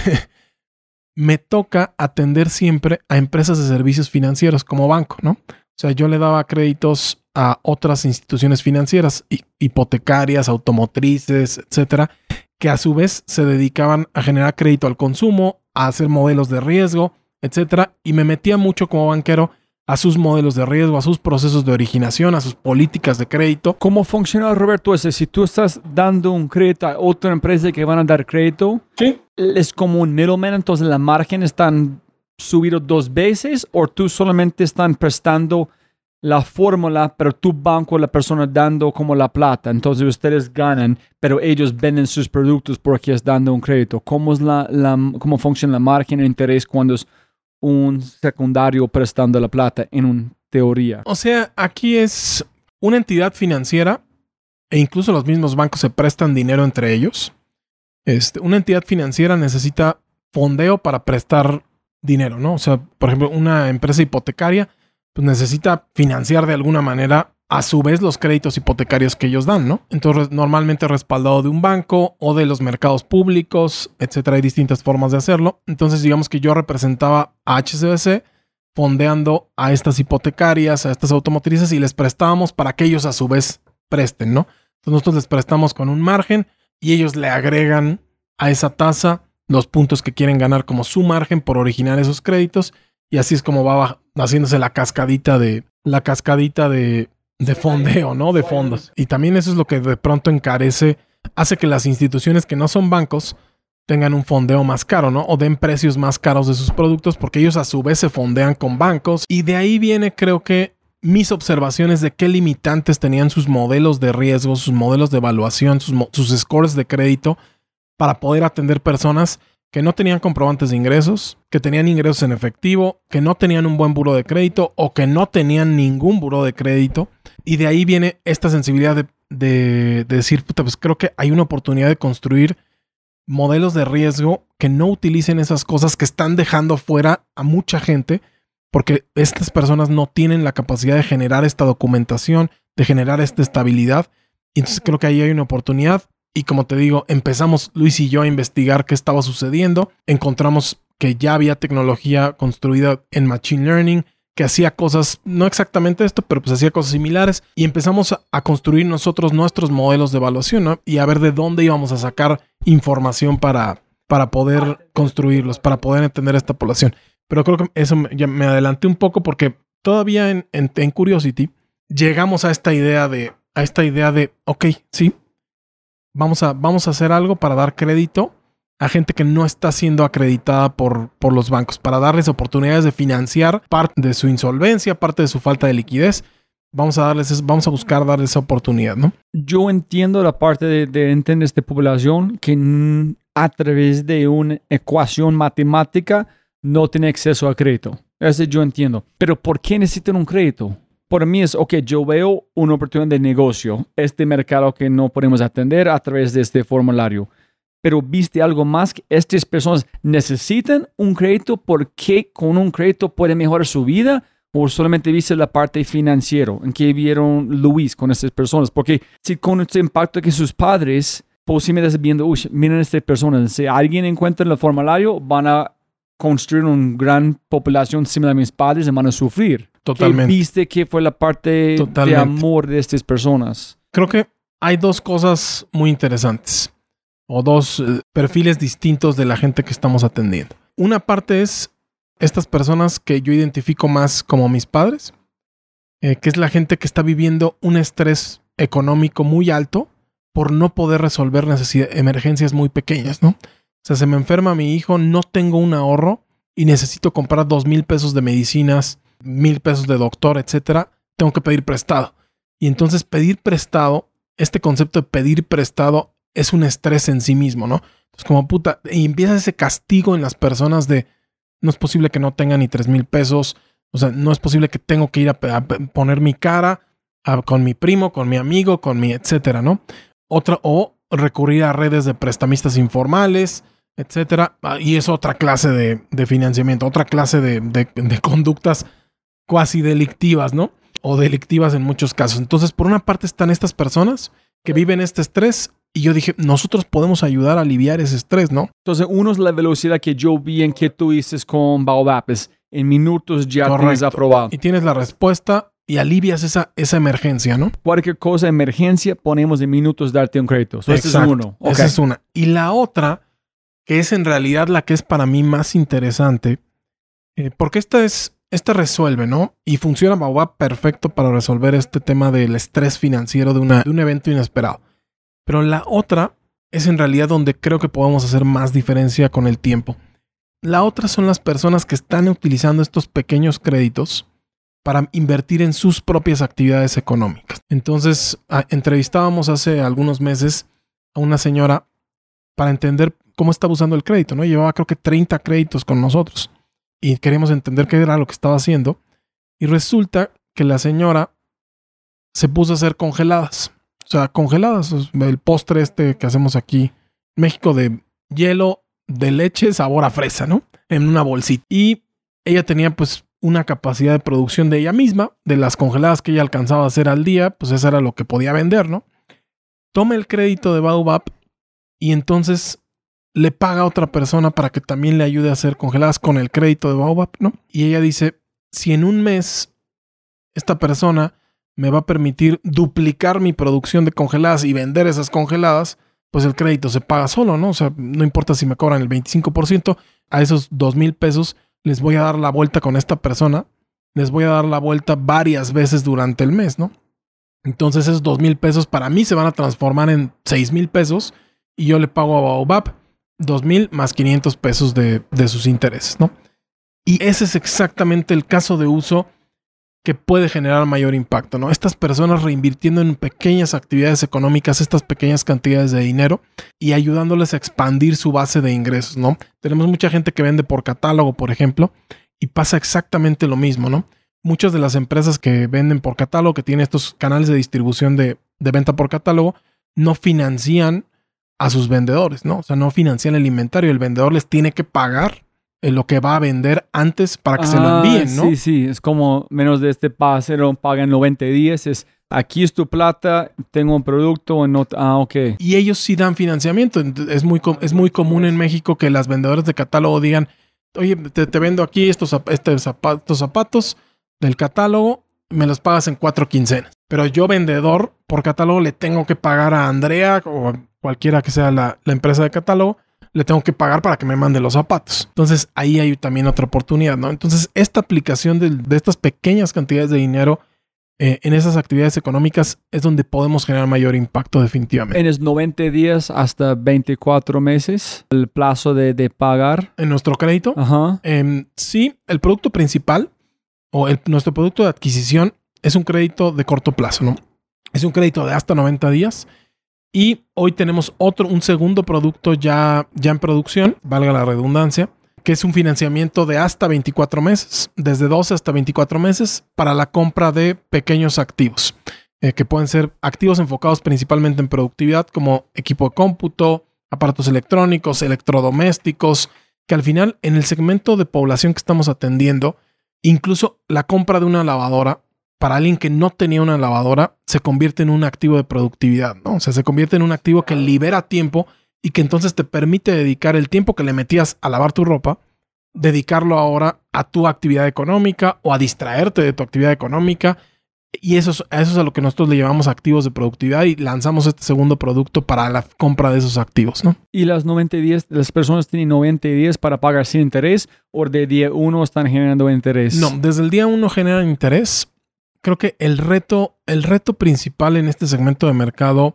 me toca atender siempre a empresas de servicios financieros como banco, ¿no? O sea, yo le daba créditos a otras instituciones financieras, hipotecarias, automotrices, etcétera, que a su vez se dedicaban a generar crédito al consumo, a hacer modelos de riesgo, etcétera. Y me metía mucho como banquero a sus modelos de riesgo, a sus procesos de originación, a sus políticas de crédito. ¿Cómo funciona, Roberto? Ese, si tú estás dando un crédito a otra empresa que van a dar crédito, ¿sí? Es como un middleman, entonces la margen están subidos dos veces o tú solamente están prestando la fórmula, pero tu banco, la persona dando como la plata. Entonces ustedes ganan, pero ellos venden sus productos porque es dando un crédito. ¿Cómo, es la, la, cómo funciona la margen de interés cuando es un secundario prestando la plata en una teoría? O sea, aquí es una entidad financiera e incluso los mismos bancos se prestan dinero entre ellos. Este, una entidad financiera necesita fondeo para prestar dinero, ¿no? O sea, por ejemplo, una empresa hipotecaria pues necesita financiar de alguna manera a su vez los créditos hipotecarios que ellos dan, ¿no? Entonces, normalmente respaldado de un banco o de los mercados públicos, etcétera. Hay distintas formas de hacerlo. Entonces, digamos que yo representaba a H S B C fondeando a estas hipotecarias, a estas automotrices y les prestábamos para que ellos a su vez presten, ¿no? Entonces, nosotros les prestamos con un margen y ellos le agregan a esa tasa los puntos que quieren ganar como su margen por originar esos créditos. Y así es como va haciéndose la cascadita de la cascadita de, de fondeo, ¿no? De fondos. Y también eso es lo que de pronto encarece, hace que las instituciones que no son bancos tengan un fondeo más caro, ¿no? O den precios más caros de sus productos porque ellos a su vez se fondean con bancos. Y de ahí viene, creo que, mis observaciones de qué limitantes tenían sus modelos de riesgo, sus modelos de evaluación, sus, sus scores de crédito para poder atender personas que no tenían comprobantes de ingresos, que tenían ingresos en efectivo, que no tenían un buen buró de crédito o que no tenían ningún buró de crédito. Y de ahí viene esta sensibilidad de, de, de decir, puta, pues creo que hay una oportunidad de construir modelos de riesgo que no utilicen esas cosas que están dejando fuera a mucha gente, porque estas personas no tienen la capacidad de generar esta documentación, de generar esta estabilidad. Y entonces creo que ahí hay una oportunidad. Y como te digo, empezamos Luis y yo a investigar qué estaba sucediendo. Encontramos que ya había tecnología construida en Machine Learning, que hacía cosas, no exactamente esto, pero pues hacía cosas similares. Y empezamos a, a construir nosotros nuestros modelos de evaluación, ¿no? Y a ver de dónde íbamos a sacar información para, para poder construirlos, para poder entender esta población. Pero creo que eso me, ya me adelanté un poco porque todavía en, en, en Curiosity llegamos a esta idea de, a esta idea de, ok, sí, vamos a, vamos a hacer algo para dar crédito a gente que no está siendo acreditada por, por los bancos, para darles oportunidades de financiar parte de su insolvencia, parte de su falta de liquidez. Vamos a darles, vamos a buscar darles esa oportunidad, ¿no? Yo entiendo la parte de, de entender esta población que n- a través de una ecuación matemática no tiene acceso a crédito. Eso yo entiendo. Pero ¿por qué necesitan un crédito? Por mí es, ok, yo veo una oportunidad de negocio, este mercado que no podemos atender a través de este formulario. Pero ¿viste algo más? Que estas personas necesitan un crédito porque con un crédito pueden mejorar su vida, o solamente viste la parte financiera en que vieron Luis con estas personas. Porque si con este impacto que sus padres posiblemente están viendo, uy, miren a estas personas, si alguien encuentra el formulario, van a construir una gran población similar a mis padres y van a sufrir. Totalmente. ¿Qué viste que fue la parte Totalmente. de amor de estas personas? Creo que hay dos cosas muy interesantes o dos eh, perfiles distintos de la gente que estamos atendiendo. Una parte es estas personas que yo identifico más como mis padres, eh, que es la gente que está viviendo un estrés económico muy alto por no poder resolver necesidades, emergencias muy pequeñas, ¿no? O sea, se me enferma mi hijo, no tengo un ahorro y necesito comprar dos mil pesos de medicinas, mil pesos de doctor, etcétera. Tengo que pedir prestado. Y entonces pedir prestado, este concepto de pedir prestado es un estrés en sí mismo, ¿no? Entonces como puta, y empieza ese castigo en las personas de no es posible que no tenga ni tres mil pesos. O sea, no es posible que tengo que ir a, a poner mi cara a, con mi primo, con mi amigo, con mi etcétera, ¿no? Otra, o recurrir a redes de prestamistas informales, etcétera. Y es otra clase de, de financiamiento, otra clase de, de, de conductas cuasi delictivas, ¿no? O delictivas en muchos casos. Entonces, por una parte están estas personas que viven este estrés y yo dije, nosotros podemos ayudar a aliviar ese estrés, ¿no? Entonces, uno es la velocidad que yo vi en que tú dices con Baobab, es en minutos ya Correcto. tienes aprobado. Y tienes la respuesta y alivias esa, esa emergencia, ¿no? Cualquier cosa, emergencia, ponemos en minutos darte un crédito. So, ese es uno. Okay. Esa es una. Y la otra, que es en realidad la que es para mí más interesante, eh, porque esta es, esta resuelve, ¿no? Y funciona Baobab perfecto para resolver este tema del estrés financiero de, una, de un evento inesperado. Pero la otra es en realidad donde creo que podemos hacer más diferencia con el tiempo. La otra son las personas que están utilizando estos pequeños créditos para invertir en sus propias actividades económicas. Entonces, a, entrevistábamos hace algunos meses a una señora para entender cómo estaba usando el crédito, ¿no? Llevaba creo que treinta créditos con nosotros y queríamos entender qué era lo que estaba haciendo. Y resulta que la señora se puso a hacer congeladas. O sea, congeladas, el postre este que hacemos aquí en México de hielo de leche sabor a fresa, ¿no? En una bolsita. Y ella tenía pues una capacidad de producción de ella misma, de las congeladas que ella alcanzaba a hacer al día, pues eso era lo que podía vender, ¿no? Toma el crédito de Baobab y entonces le paga a otra persona para que también le ayude a hacer congeladas con el crédito de Baobab, ¿no? Y ella dice, si en un mes esta persona me va a permitir duplicar mi producción de congeladas y vender esas congeladas, pues el crédito se paga solo, ¿no? O sea, no importa si me cobran el veinticinco por ciento, a esos dos mil pesos les voy a dar la vuelta con esta persona, les voy a dar la vuelta varias veces durante el mes, ¿no? Entonces esos dos mil pesos para mí se van a transformar en seis mil pesos y yo le pago a Baobab dos mil más quinientos pesos de, de sus intereses, ¿no? Y ese es exactamente el caso de uso que puede generar mayor impacto, ¿no? Estas personas reinvirtiendo en pequeñas actividades económicas, estas pequeñas cantidades de dinero y ayudándoles a expandir su base de ingresos, ¿no? Tenemos mucha gente que vende por catálogo, por ejemplo, y pasa exactamente lo mismo, ¿no? Muchas de las empresas que venden por catálogo, que tienen estos canales de distribución de, de venta por catálogo, no financian a sus vendedores, ¿no? O sea, no financian el inventario. El vendedor les tiene que pagar lo que va a vender antes para que ah, se lo envíen, ¿no? Sí, sí, es como menos de este pasero, pagan noventa días, es aquí es tu plata, tengo un producto, no, ah, ok. Y ellos sí dan financiamiento. Es muy, es muy común en México que las vendedoras de catálogo digan, oye, te, te vendo aquí estos, este zapatos, estos zapatos del catálogo, me los pagas en cuatro quincenas. Pero yo, vendedor, por catálogo le tengo que pagar a Andrea o cualquiera que sea la, la empresa de catálogo, le tengo que pagar para que me mande los zapatos. Entonces, ahí hay también otra oportunidad, ¿no? Entonces, esta aplicación de, de estas pequeñas cantidades de dinero eh, en esas actividades económicas es donde podemos generar mayor impacto definitivamente. En los noventa días hasta veinticuatro meses, el plazo de, de pagar. ¿En nuestro crédito? Ajá. Eh, sí, el producto principal o el, nuestro producto de adquisición es un crédito de corto plazo, ¿no? Es un crédito de hasta noventa días. Y hoy tenemos otro, un segundo producto ya, ya en producción, valga la redundancia, que es un financiamiento de hasta veinticuatro meses, desde doce hasta veinticuatro meses, para la compra de pequeños activos, eh, que pueden ser activos enfocados principalmente en productividad, como equipo de cómputo, aparatos electrónicos, electrodomésticos, que al final en el segmento de población que estamos atendiendo, incluso la compra de una lavadora, para alguien que no tenía una lavadora, se convierte en un activo de productividad, ¿no? O sea, se convierte en un activo que libera tiempo y que entonces te permite dedicar el tiempo que le metías a lavar tu ropa, dedicarlo ahora a tu actividad económica o a distraerte de tu actividad económica. Y eso es, eso es a lo que nosotros le llamamos activos de productividad y lanzamos este segundo producto para la compra de esos activos, ¿no? ¿Y las noventa días, las personas tienen noventa días para pagar sin interés o de día uno están generando interés? No, desde el día uno generan interés. Creo que el reto, el reto principal en este segmento de mercado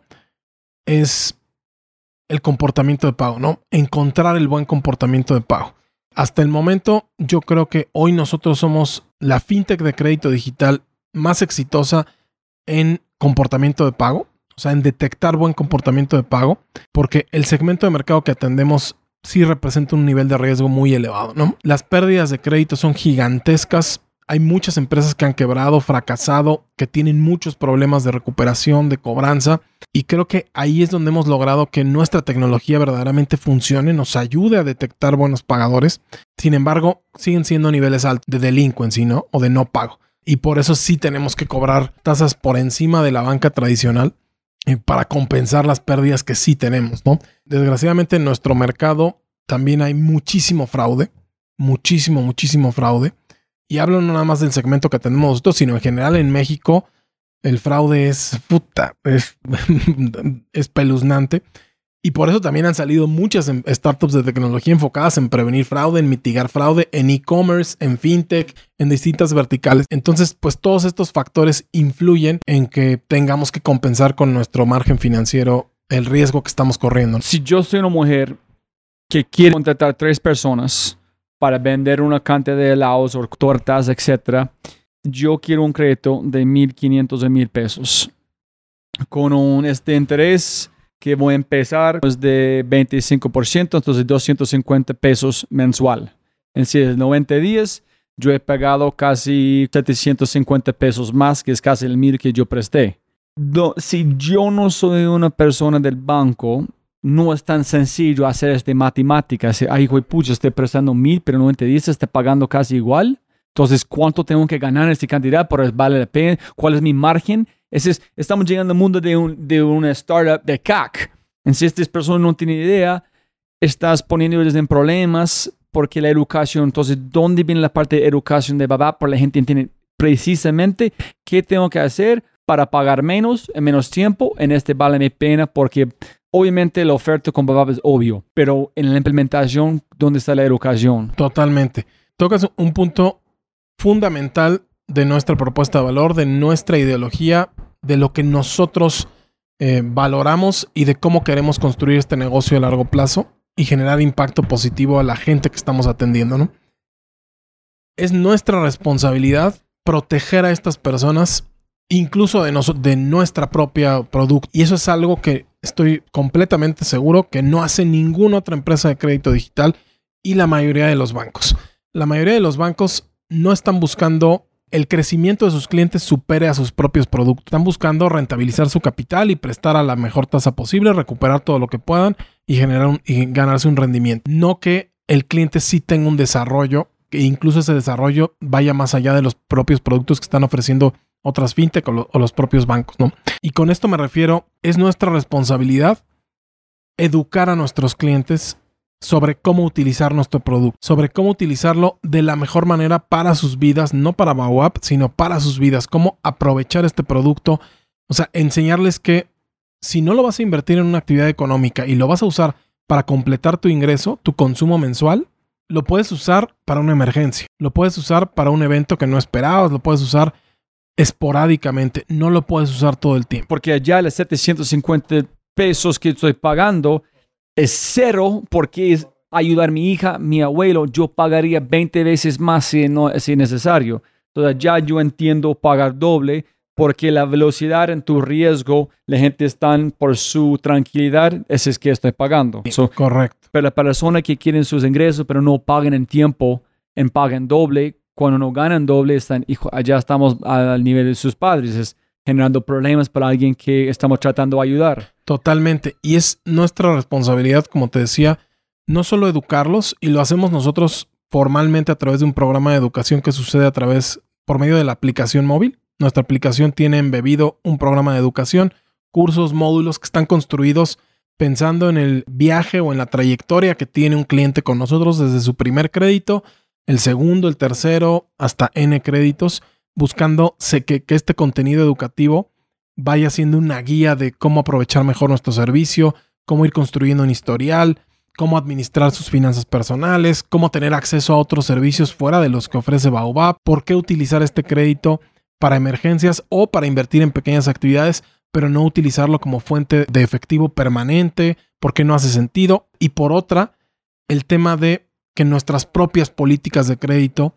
es el comportamiento de pago, ¿no? Encontrar el buen comportamiento de pago. Hasta el momento, yo creo que hoy nosotros somos la fintech de crédito digital más exitosa en comportamiento de pago, o sea, en detectar buen comportamiento de pago, porque el segmento de mercado que atendemos sí representa un nivel de riesgo muy elevado, ¿no? Las pérdidas de crédito son gigantescas. Hay muchas empresas que han quebrado, fracasado, que tienen muchos problemas de recuperación, de cobranza. Y creo que ahí es donde hemos logrado que nuestra tecnología verdaderamente funcione, nos ayude a detectar buenos pagadores. Sin embargo, siguen siendo niveles altos de delinquency, ¿no? O de no pago. Y por eso sí tenemos que cobrar tasas por encima de la banca tradicional eh, para compensar las pérdidas que sí tenemos, ¿no? Desgraciadamente en nuestro mercado también hay muchísimo fraude. Muchísimo, muchísimo fraude. Y hablo no nada más del segmento que tenemos nosotros, sino en general en México el fraude es puta, es espeluznante. Y por eso también han salido muchas startups de tecnología enfocadas en prevenir fraude, en mitigar fraude, en e-commerce, en fintech, en distintas verticales. Entonces, pues todos estos factores influyen en que tengamos que compensar con nuestro margen financiero el riesgo que estamos corriendo. Si yo soy una mujer que quiere contratar tres personas para vender una cantidad de helados o tortas, etcétera, yo quiero un crédito de mil quinientos de mil pesos con un este interés que voy a empezar pues, de veinticinco por ciento, entonces doscientos cincuenta pesos mensual. En si es noventa días, yo he pagado casi setecientos cincuenta pesos más, que es casi el mil que yo presté. Do, si yo no soy una persona del banco, no es tan sencillo hacer esta matemática. Ay, güey, pucha, estoy prestando mil, pero noventa días estoy pagando casi igual. Entonces, ¿cuánto tengo que ganar en esta cantidad para vale la pena? ¿Cuál es mi margen? Ese es, estamos llegando al mundo de, un, de una startup de C A C. En si estas personas no tienen idea, estás poniéndoles en problemas porque la educación. Entonces, ¿dónde viene la parte de educación de Babap? Para la gente entiende precisamente qué tengo que hacer para pagar menos en menos tiempo. En este vale la pena porque obviamente la oferta con Babap es obvio, pero en la implementación, ¿dónde está la educación? Totalmente. Tocas un punto fundamental de nuestra propuesta de valor, de nuestra ideología, de lo que nosotros eh, valoramos y de cómo queremos construir este negocio a largo plazo y generar impacto positivo a la gente que estamos atendiendo, ¿no? Es nuestra responsabilidad proteger a estas personas, incluso de, nos- de nuestra propia producto. Y eso es algo que estoy completamente seguro que no hace ninguna otra empresa de crédito digital y la mayoría de los bancos. La mayoría de los bancos no están buscando el crecimiento de sus clientes supere a sus propios productos. Están buscando rentabilizar su capital y prestar a la mejor tasa posible, recuperar todo lo que puedan y generar un, y ganarse un rendimiento. No que el cliente sí tenga un desarrollo, que incluso ese desarrollo vaya más allá de los propios productos que están ofreciendo otras fintech o, lo, o los propios bancos, ¿no? Y con esto me refiero, es nuestra responsabilidad educar a nuestros clientes sobre cómo utilizar nuestro producto, sobre cómo utilizarlo de la mejor manera para sus vidas, no para Baobab, sino para sus vidas, cómo aprovechar este producto, o sea, enseñarles que si no lo vas a invertir en una actividad económica y lo vas a usar para completar tu ingreso, tu consumo mensual, lo puedes usar para una emergencia, lo puedes usar para un evento que no esperabas, lo puedes usar esporádicamente, no lo puedes usar todo el tiempo. Porque allá los setecientos cincuenta pesos que estoy pagando es cero porque es ayudar a mi hija, mi abuelo. Yo pagaría veinte veces más si, no, si es necesario. Entonces ya yo entiendo pagar doble porque la velocidad en tu riesgo, la gente está por su tranquilidad, ese es que estoy pagando. So, Correcto. pero la persona que quieren sus ingresos pero no pagan en tiempo, en pagan doble, cuando no ganan doble, están, hijo, allá estamos al nivel de sus padres. Es generando problemas para alguien que estamos tratando de ayudar. Totalmente. Y es nuestra responsabilidad, como te decía, no solo educarlos, y lo hacemos nosotros formalmente a través de un programa de educación que sucede a través, por medio de la aplicación móvil. Nuestra aplicación tiene embebido un programa de educación, cursos, módulos que están construidos pensando en el viaje o en la trayectoria que tiene un cliente con nosotros desde su primer crédito, el segundo, el tercero, hasta N créditos, buscando que, que este contenido educativo vaya siendo una guía de cómo aprovechar mejor nuestro servicio, cómo ir construyendo un historial, cómo administrar sus finanzas personales, cómo tener acceso a otros servicios fuera de los que ofrece Baobab, por qué utilizar este crédito para emergencias o para invertir en pequeñas actividades, pero no utilizarlo como fuente de efectivo permanente, porque no hace sentido. Y por otra, el tema de que nuestras propias políticas de crédito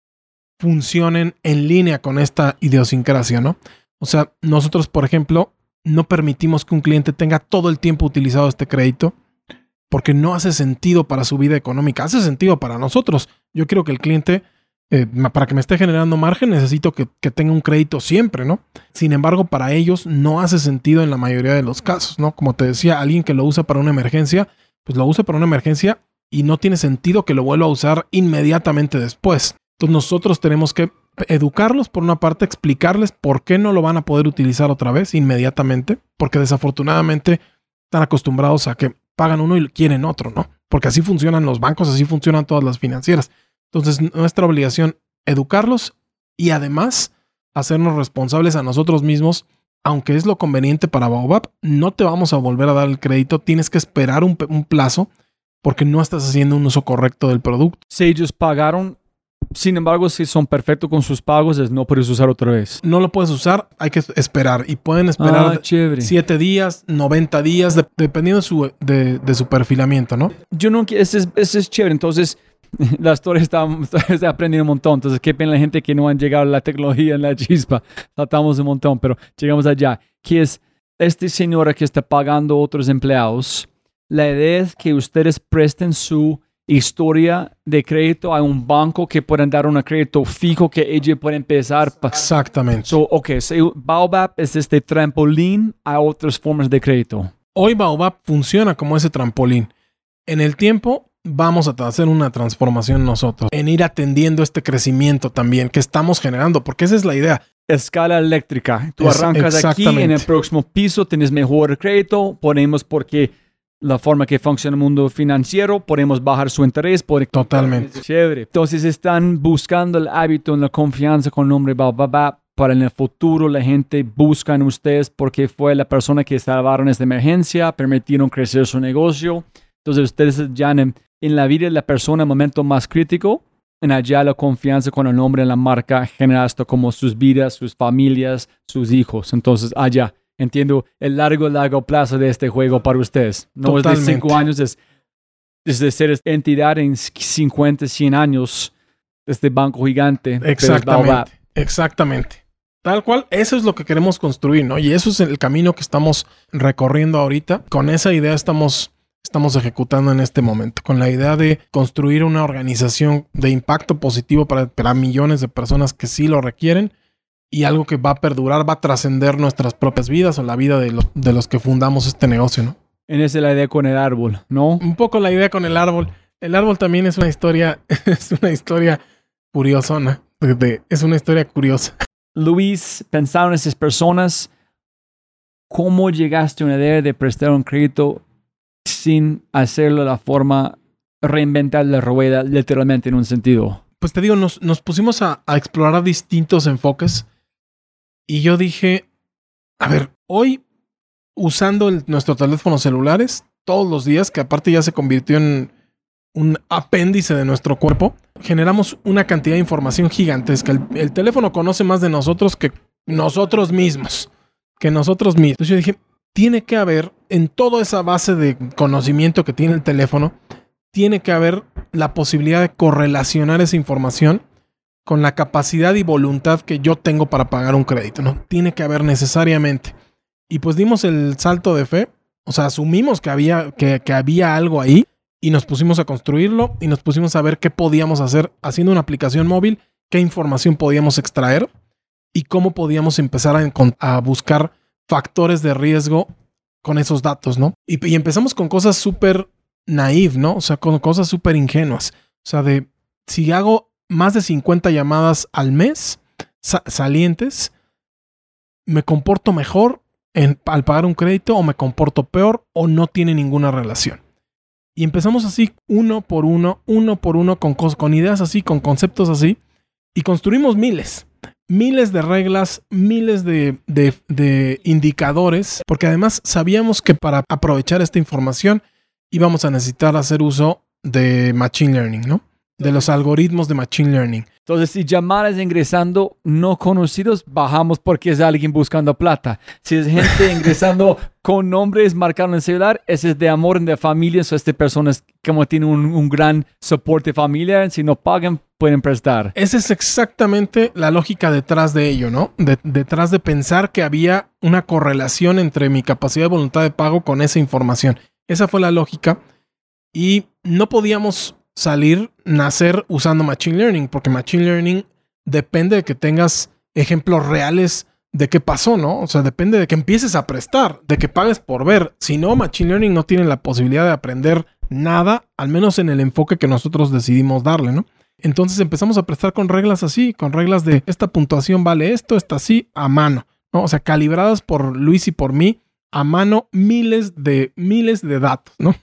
funcionen en línea con esta idiosincrasia, ¿no? O sea, nosotros, por ejemplo, no permitimos que un cliente tenga todo el tiempo utilizado este crédito porque no hace sentido para su vida económica. Hace sentido para nosotros. Yo quiero que el cliente, eh, para que me esté generando margen, necesito que, que tenga un crédito siempre, ¿no? Sin embargo, para ellos no hace sentido en la mayoría de los casos, ¿no? Como te decía, alguien que lo usa para una emergencia, pues lo usa para una emergencia y no tiene sentido que lo vuelva a usar inmediatamente después. Entonces nosotros tenemos que educarlos por una parte, explicarles por qué no lo van a poder utilizar otra vez inmediatamente, porque desafortunadamente están acostumbrados a que pagan uno y quieren otro, ¿no? Porque así funcionan los bancos, así funcionan todas las financieras. Entonces nuestra obligación educarlos y además hacernos responsables a nosotros mismos, aunque es lo conveniente para Baobab, no te vamos a volver a dar el crédito, tienes que esperar un, un plazo porque no estás haciendo un uso correcto del producto. Si ellos pagaron, sin embargo, si son perfectos con sus pagos, es no puedes usar otra vez. No lo puedes usar, hay que esperar. Y pueden esperar ah, siete días, noventa días, de, dependiendo de su, de, de su perfilamiento, ¿no? Yo no quiero, ese es, ese es chévere. Entonces, la historia está, está aprendiendo un montón. Entonces, qué pena la gente que no han llegado a la tecnología en la chispa. Tratamos un montón, pero llegamos allá. Que es este señor que está pagando a otros empleados. La idea es que ustedes presten su historia de crédito a un banco que puedan dar un crédito fijo que ella puede empezar. Pa- Exactamente. So, ok, so Baobab es este trampolín a otras formas de crédito. Hoy Baobab funciona como ese trampolín. En el tiempo vamos a hacer una transformación nosotros, en ir atendiendo este crecimiento también que estamos generando, porque esa es la idea. Escala eléctrica. Tú Es, arrancas aquí, en el próximo piso tienes mejor crédito, ponemos porque la forma que funciona el mundo financiero, podemos bajar su interés. Por... Totalmente. Chévere. Entonces están buscando el hábito en la confianza con el nombre Baobab para en el futuro la gente busca en ustedes porque fue la persona que salvaron esta emergencia, permitieron crecer su negocio. Entonces ustedes ya en, en la vida de la persona, el momento más crítico, en allá la confianza con el nombre en la marca genera esto como sus vidas, sus familias, sus hijos. Entonces allá. Entiendo el largo, largo plazo de este juego para ustedes. No Totalmente. Es de cinco años, es, es de ser entidad en cincuenta, cien años, este banco gigante. Exactamente. Exactamente. Tal cual, eso es lo que queremos construir, ¿no? Y eso es el camino que estamos recorriendo ahorita. Con esa idea estamos, estamos ejecutando en este momento. Con la idea de construir una organización de impacto positivo para, para millones de personas que sí lo requieren. Y algo que va a perdurar, va a trascender nuestras propias vidas o la vida de, lo, de los que fundamos este negocio, ¿no? En esa es la idea con el árbol, ¿no? Un poco la idea con el árbol. El árbol también es una historia, es una historia curiosona. De, de, es una historia curiosa. Luis, pensando en esas personas, ¿cómo llegaste a una idea de prestar un crédito sin hacerlo de la forma reinventar la rueda literalmente en un sentido? Pues te digo, nos, nos pusimos a, a explorar distintos enfoques y yo dije, a ver, hoy usando el, nuestros teléfonos celulares todos los días, que aparte ya se convirtió en un apéndice de nuestro cuerpo, generamos una cantidad de información gigantesca. El, el teléfono conoce más de nosotros que nosotros mismos. Que nosotros mismos. Entonces yo dije, tiene que haber, en toda esa base de conocimiento que tiene el teléfono, tiene que haber la posibilidad de correlacionar esa información con la capacidad y voluntad que yo tengo para pagar un crédito, ¿no? Tiene que haber necesariamente. Y pues dimos el salto de fe. O sea, asumimos que había, que, que había algo ahí. Y nos pusimos a construirlo y nos pusimos a ver qué podíamos hacer haciendo una aplicación móvil, qué información podíamos extraer y cómo podíamos empezar a, a buscar factores de riesgo con esos datos, ¿no? Y, y empezamos con cosas súper naive, ¿no? O sea, con cosas súper ingenuas. O sea, de si hago más de cincuenta llamadas al mes sa- salientes, ¿me comporto mejor en, al pagar un crédito o me comporto peor o no tiene ninguna relación? Y empezamos así, uno por uno, uno por uno, con, con ideas así, con conceptos así. Y construimos miles, miles de reglas, miles de, de, de indicadores. Porque además sabíamos que para aprovechar esta información íbamos a necesitar hacer uso de Machine Learning, ¿no? De los algoritmos de Machine Learning. Entonces, si llamadas ingresando no conocidos, bajamos porque es alguien buscando plata. Si es gente ingresando con nombres marcados en el celular, ese es de amor, de familia. So, estas personas como tienen un, un gran soporte familiar, si no pagan, pueden prestar. Esa es exactamente la lógica detrás de ello, ¿no? De, detrás de pensar que había una correlación entre mi capacidad de voluntad de pago con esa información. Esa fue la lógica. Y no podíamos salir, nacer usando Machine Learning, porque Machine Learning depende de que tengas ejemplos reales de qué pasó, ¿no? O sea, depende de que empieces a prestar, de que pagues por ver. Si no, Machine Learning no tiene la posibilidad de aprender nada, al menos en el enfoque que nosotros decidimos darle, ¿no? Entonces empezamos a prestar con reglas así, con reglas de esta puntuación vale esto, esta así, a mano, ¿no? O sea, calibradas por Luis y por mí, a mano, miles de, miles de datos, ¿no?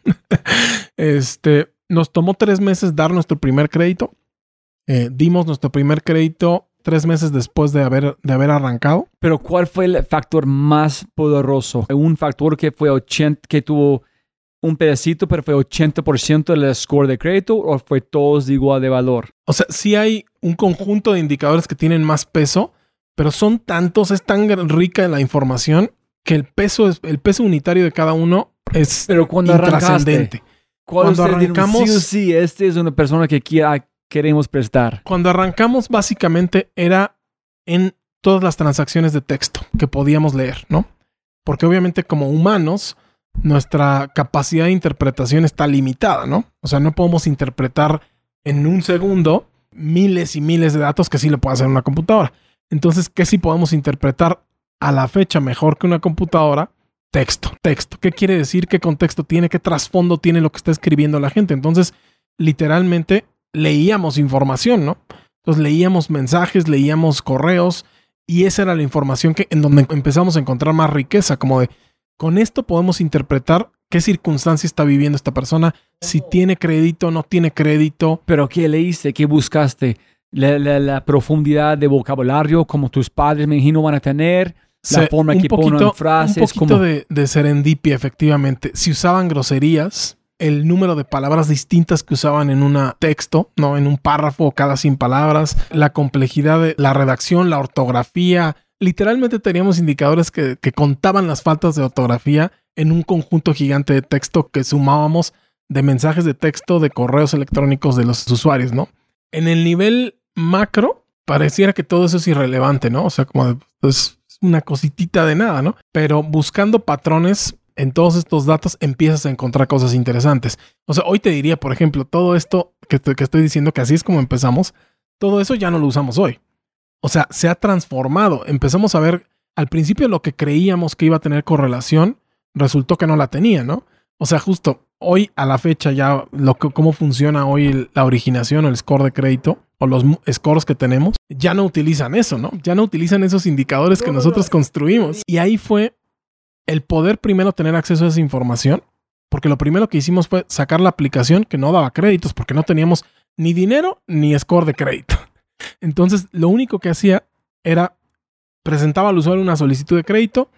este... Nos tomó tres meses dar nuestro primer crédito. Eh, dimos nuestro primer crédito tres meses después de haber, de haber arrancado. Pero ¿cuál fue el factor más poderoso? ¿Un factor que fue ochenta, que tuvo un pedacito, pero fue ochenta por ciento del score de crédito, o fue todos de igual de valor? O sea, sí hay un conjunto de indicadores que tienen más peso, pero son tantos, es tan rica la información que el peso, es, el peso unitario de cada uno es pero cuando intrascendente. Cuando arrancamos, sí o sí, este es una persona que quiera, queremos prestar. Cuando arrancamos, básicamente era en todas las transacciones de texto que podíamos leer, ¿no? Porque obviamente como humanos, nuestra capacidad de interpretación está limitada, ¿no? O sea, no podemos interpretar en un segundo miles y miles de datos que sí lo puede hacer una computadora. Entonces, ¿qué sí podemos interpretar a la fecha mejor que una computadora? Texto, texto. ¿Qué quiere decir? ¿Qué contexto tiene? ¿Qué trasfondo tiene lo que está escribiendo la gente? Entonces, literalmente leíamos información, ¿no? Entonces, leíamos mensajes, leíamos correos y esa era la información que, en donde empezamos a encontrar más riqueza, como de, con esto podemos interpretar qué circunstancia está viviendo esta persona, si tiene crédito, no tiene crédito. ¿Pero qué leíste? ¿Qué buscaste? La, la, la profundidad de vocabulario como tus padres me imagino van a tener. La Se, forma que poquito, ponen frases. Un poquito como... de, de serendipia, efectivamente. Si usaban groserías, el número de palabras distintas que usaban en un texto, ¿no? En un párrafo o cada cien palabras, la complejidad de la redacción, la ortografía. Literalmente teníamos indicadores que, que contaban las faltas de ortografía en un conjunto gigante de texto que sumábamos de mensajes de texto, de correos electrónicos de los usuarios, ¿no? En el nivel macro, pareciera que todo eso es irrelevante, ¿no? O sea, como de, pues, una cositita de nada, ¿no? Pero buscando patrones en todos estos datos empiezas a encontrar cosas interesantes. O sea, hoy te diría, por ejemplo, todo esto que estoy, que estoy diciendo, que así es como empezamos, todo eso ya no lo usamos hoy. O sea, se ha transformado. Empezamos a ver, al principio lo que creíamos que iba a tener correlación, resultó que no la tenía, ¿no? O sea, justo hoy a la fecha ya, lo que, cómo funciona hoy el, la originación o el score de crédito, o los scores que tenemos, ya no utilizan eso, ¿no? Ya no utilizan esos indicadores que nosotros construimos. Y ahí fue el poder primero tener acceso a esa información, porque lo primero que hicimos fue sacar la aplicación que no daba créditos, porque no teníamos ni dinero ni score de crédito. Entonces, lo único que hacía era presentaba al usuario una solicitud de crédito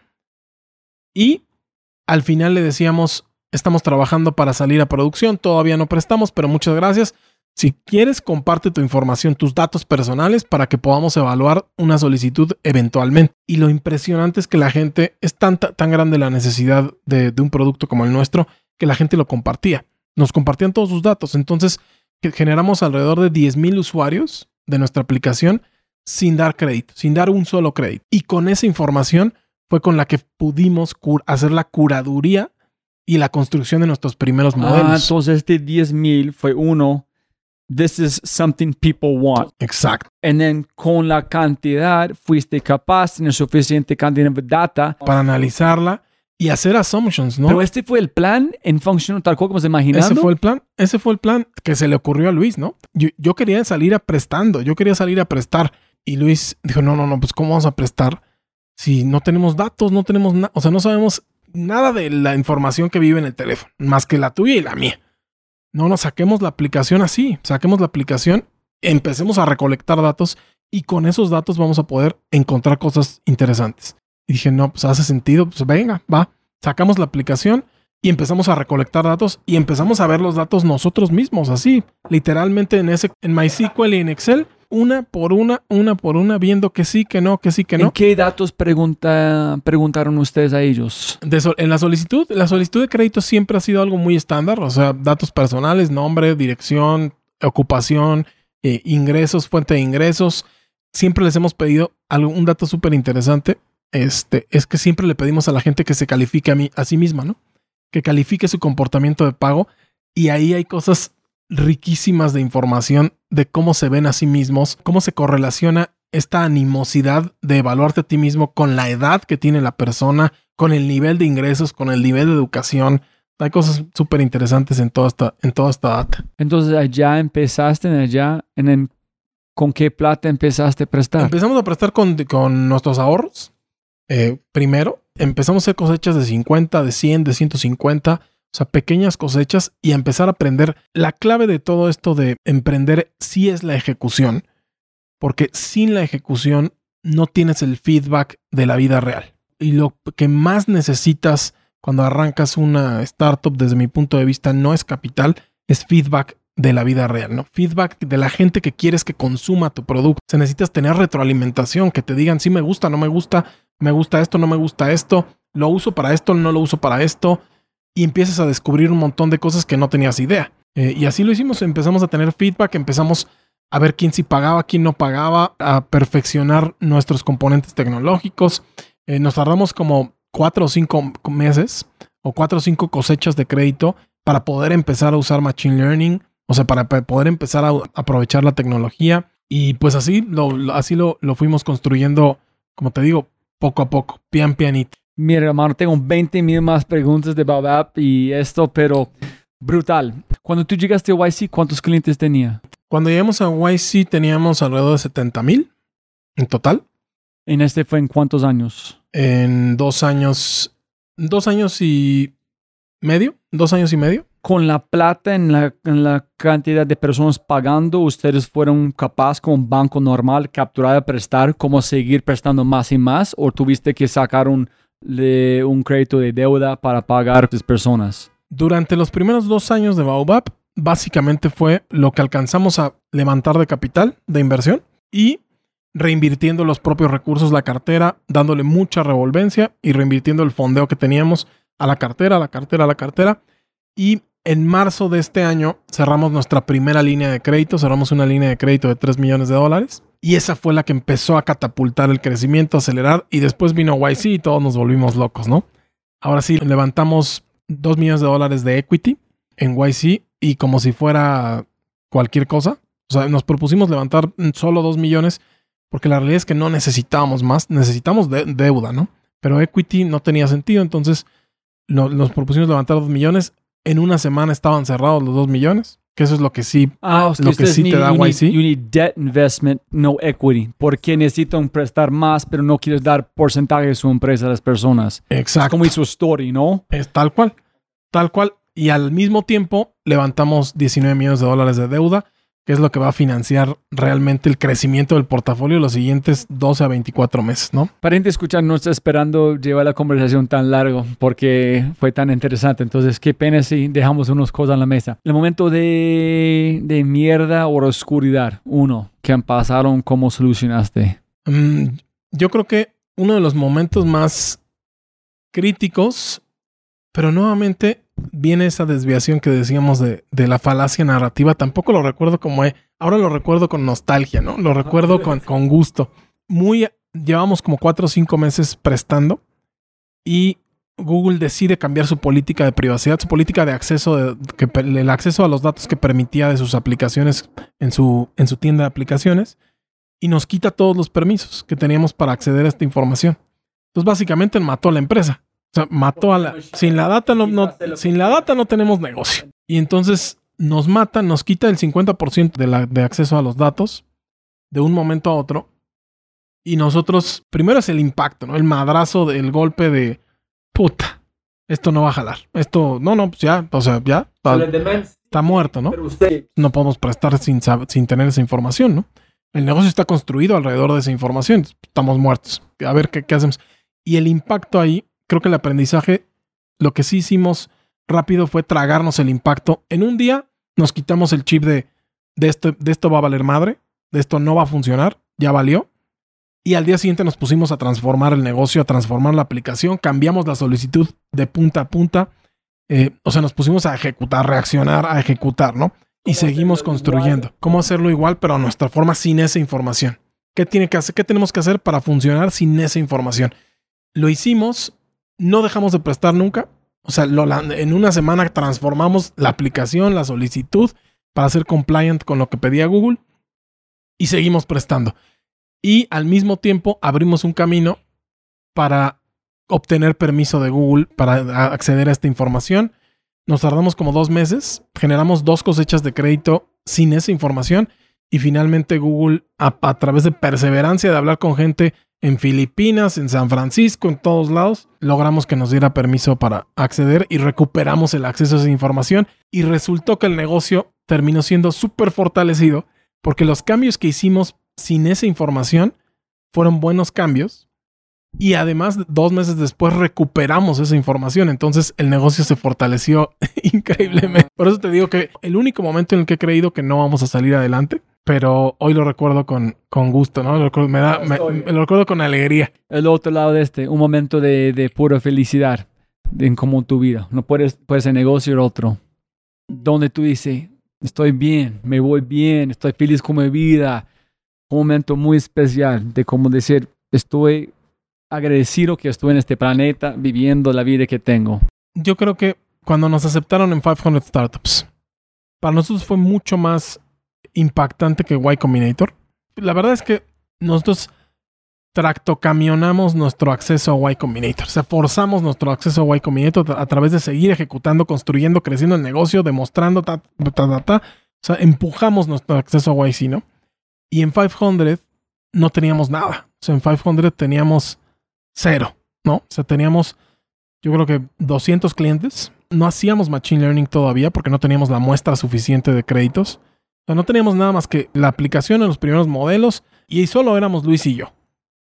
y al final le decíamos, estamos trabajando para salir a producción, todavía no prestamos, pero muchas gracias. Si quieres, comparte tu información, tus datos personales para que podamos evaluar una solicitud eventualmente. Y lo impresionante es que la gente, es tan, tan grande la necesidad de, de un producto como el nuestro, que la gente lo compartía. Nos compartían todos sus datos. Entonces, generamos alrededor de diez mil usuarios de nuestra aplicación sin dar crédito, sin dar un solo crédito. Y con esa información fue con la que pudimos hacer la curaduría y la construcción de nuestros primeros modelos. Ah, entonces este diez mil fue uno. This is something people want. Exacto. And then con la cantidad fuiste capaz de tener suficiente cantidad de data para analizarla y hacer assumptions, ¿no? Pero este fue el plan en función tal cual como se imaginando. Ese fue el plan. Ese fue el plan que se le ocurrió a Luis, ¿no? Yo, yo quería salir a prestando. Yo quería salir a prestar. Y Luis dijo, no, no, no, pues ¿cómo vamos a prestar si no tenemos datos, no tenemos nada? O sea, no sabemos nada de la información que vive en el teléfono, más que la tuya y la mía. No, no, saquemos la aplicación así. Saquemos la aplicación, empecemos a recolectar datos y con esos datos vamos a poder encontrar cosas interesantes. Y dije, no, pues hace sentido, pues venga, va. Sacamos la aplicación y empezamos a recolectar datos y empezamos a ver los datos nosotros mismos, así, literalmente en ese, en MySQL y en Excel, una por una, una por una, viendo que sí, que no, que sí, que no. ¿En qué datos pregunta, preguntaron ustedes a ellos? De so, en la solicitud, la solicitud de crédito siempre ha sido algo muy estándar, o sea, datos personales, nombre, dirección, ocupación, eh, ingresos, fuente de ingresos. Siempre les hemos pedido algo, un dato súper interesante. Este, es que siempre le pedimos a la gente que se califique a, mí, a sí misma, ¿no? Que califique su comportamiento de pago. Y ahí hay cosas riquísimas de información de cómo se ven a sí mismos, cómo se correlaciona esta animosidad de evaluarte a ti mismo con la edad que tiene la persona, con el nivel de ingresos, con el nivel de educación. Hay cosas súper interesantes en toda esta, en toda esta data. Entonces allá empezaste, en allá, en el, ¿con qué plata empezaste a prestar? Empezamos a prestar con, con nuestros ahorros. Eh, primero, empezamos a hacer cosechas de cincuenta, de cien, de ciento cincuenta, o sea, pequeñas cosechas y a empezar a aprender. La clave de todo esto de emprender sí es la ejecución, porque sin la ejecución no tienes el feedback de la vida real. Y lo que más necesitas cuando arrancas una startup, desde mi punto de vista, no es capital, es feedback de la vida real, ¿no? Feedback de la gente que quieres que consuma tu producto. O sea, necesitas tener retroalimentación, que te digan si me gusta, no me gusta, me gusta esto, no me gusta esto, lo uso para esto, no lo uso para esto, y empiezas a descubrir un montón de cosas que no tenías idea. Eh, y así lo hicimos, empezamos a tener feedback, empezamos a ver quién sí pagaba, quién no pagaba, a perfeccionar nuestros componentes tecnológicos. Eh, nos tardamos como cuatro o cinco meses o cuatro o cinco cosechas de crédito para poder empezar a usar Machine Learning, o sea, para poder empezar a aprovechar la tecnología. Y pues así lo, lo, así lo, lo fuimos construyendo, como te digo, poco a poco, pian pianito. Mira, hermano, tengo veinte mil más preguntas de Baobab y esto, pero brutal. Cuando tú llegaste a Y C, ¿cuántos clientes tenía? Cuando llegamos a Y C teníamos alrededor de setenta mil en total. ¿En este fue en cuántos años? En dos años, dos años y medio, dos años y medio. Con la plata en la, en la cantidad de personas pagando, ¿ustedes fueron capaces como un banco normal capturar y prestar, cómo seguir prestando más y más? ¿O tuviste que sacar un, de, un crédito de deuda para pagar a las personas? Durante los primeros dos años de Baobab, básicamente fue lo que alcanzamos a levantar de capital, de inversión, y reinvirtiendo los propios recursos, la cartera, dándole mucha revolvencia y reinvirtiendo el fondeo que teníamos a la cartera, a la cartera, a la cartera. Y en marzo de este año cerramos nuestra primera línea de crédito, cerramos una línea de crédito de tres millones de dólares Y esa fue la que empezó a catapultar el crecimiento, acelerar. Y después vino Y C y todos nos volvimos locos, ¿no? Ahora sí, levantamos dos millones de dólares de equity en Y C y como si fuera cualquier cosa. O sea, nos propusimos levantar solo dos millones porque la realidad es que no necesitábamos más. Necesitamos de- deuda, ¿no? Pero equity no tenía sentido. Entonces no, nos propusimos levantar dos millones. En una semana estaban cerrados los dos millones. Que eso es lo que sí, Ah, o sea, lo que ustedes sí need- te da you Y need- C. You need debt investment, no equity. Porque necesitan prestar más, pero no quieres dar porcentaje de su empresa a las personas. Exacto. Como hizo Story, ¿no? Es tal cual. Tal cual. Y al mismo tiempo levantamos diecinueve millones de dólares de deuda, que es lo que va a financiar realmente el crecimiento del portafolio los siguientes doce a veinticuatro meses, ¿no? Para gente escuchar, no está esperando llevar la conversación tan largo porque fue tan interesante. Entonces, qué pena si dejamos unas cosas en la mesa. El momento de, de mierda o oscuridad, uno, que han pasado, ¿cómo solucionaste? Mm, yo creo que uno de los momentos más críticos, pero nuevamente viene esa desviación que decíamos de, de la falacia narrativa. Tampoco lo recuerdo como... he- ahora lo recuerdo con nostalgia, ¿no? Lo recuerdo con, con gusto. Muy... Llevamos como cuatro o cinco meses prestando y Google decide cambiar su política de privacidad, su política de acceso, de, que, per- el acceso a los datos que permitía de sus aplicaciones en su, en su tienda de aplicaciones y nos quita todos los permisos que teníamos para acceder a esta información. Entonces básicamente mató a la empresa. O sea, mató a la... Sin la data no, no, sin la data no tenemos negocio. Y entonces nos mata, nos quita el cincuenta por ciento de, la, de acceso a los datos de un momento a otro. Y nosotros, primero es el impacto, ¿no? El madrazo, del golpe de... Puta, esto no va a jalar. Esto, no, no, pues ya, o sea, ya está, está muerto, ¿no? No podemos prestar sin, sab- sin tener esa información, ¿no? El negocio está construido alrededor de esa información. Estamos muertos. A ver qué, qué hacemos. Y el impacto ahí... Creo que el aprendizaje, lo que sí hicimos rápido fue tragarnos el impacto. En un día nos quitamos el chip de, de, esto, de esto va a valer madre, de esto no va a funcionar, ya valió. Y al día siguiente nos pusimos a transformar el negocio, a transformar la aplicación, cambiamos la solicitud de punta a punta. Eh, o sea, nos pusimos a ejecutar, reaccionar, a ejecutar, ¿no? Y seguimos construyendo. Igual? ¿Cómo hacerlo igual, pero a nuestra forma sin esa información? ¿Qué tiene que hacer? ¿Qué tenemos que hacer para funcionar sin esa información? Lo hicimos. No dejamos de prestar nunca. O sea, lo, la, en una semana transformamos la aplicación, la solicitud para ser compliant con lo que pedía Google y seguimos prestando. Y al mismo tiempo abrimos un camino para obtener permiso de Google para acceder a esta información. Nos tardamos como dos meses, generamos dos cosechas de crédito sin esa información y finalmente Google, a, a través de perseverancia de hablar con gente en Filipinas, en San Francisco, en todos lados, logramos que nos diera permiso para acceder y recuperamos el acceso a esa información y resultó que el negocio terminó siendo súper fortalecido porque los cambios que hicimos sin esa información fueron buenos cambios y además dos meses después recuperamos esa información, entonces el negocio se fortaleció increíblemente. Por eso te digo que el único momento en el que he creído que no vamos a salir adelante, pero hoy lo recuerdo con, con gusto, ¿no? Lo recuerdo, me da, me, me lo recuerdo con alegría. El otro lado de este, un momento de, de pura felicidad en como tu vida. No puedes, puede ser negocio o otro. Donde tú dices, estoy bien, me voy bien, estoy feliz con mi vida. Un momento muy especial de como decir, estoy agradecido que estoy en este planeta viviendo la vida que tengo. Yo creo que cuando nos aceptaron en quinientas Startups, para nosotros fue mucho más impactante que Y Combinator. La verdad es que nosotros tractocamionamos nuestro acceso a Y Combinator. O sea, forzamos nuestro acceso a Y Combinator a través de seguir ejecutando, construyendo, creciendo el negocio, demostrando, ta, ta, ta, ta. O sea, empujamos nuestro acceso a Y C, ¿no? Y en quinientas no teníamos nada. O sea, en quinientas teníamos cero, ¿no? O sea, teníamos, yo creo que doscientos clientes. No hacíamos Machine Learning todavía porque no teníamos la muestra suficiente de créditos. O sea, no teníamos nada más que la aplicación en los primeros modelos y solo éramos Luis y yo.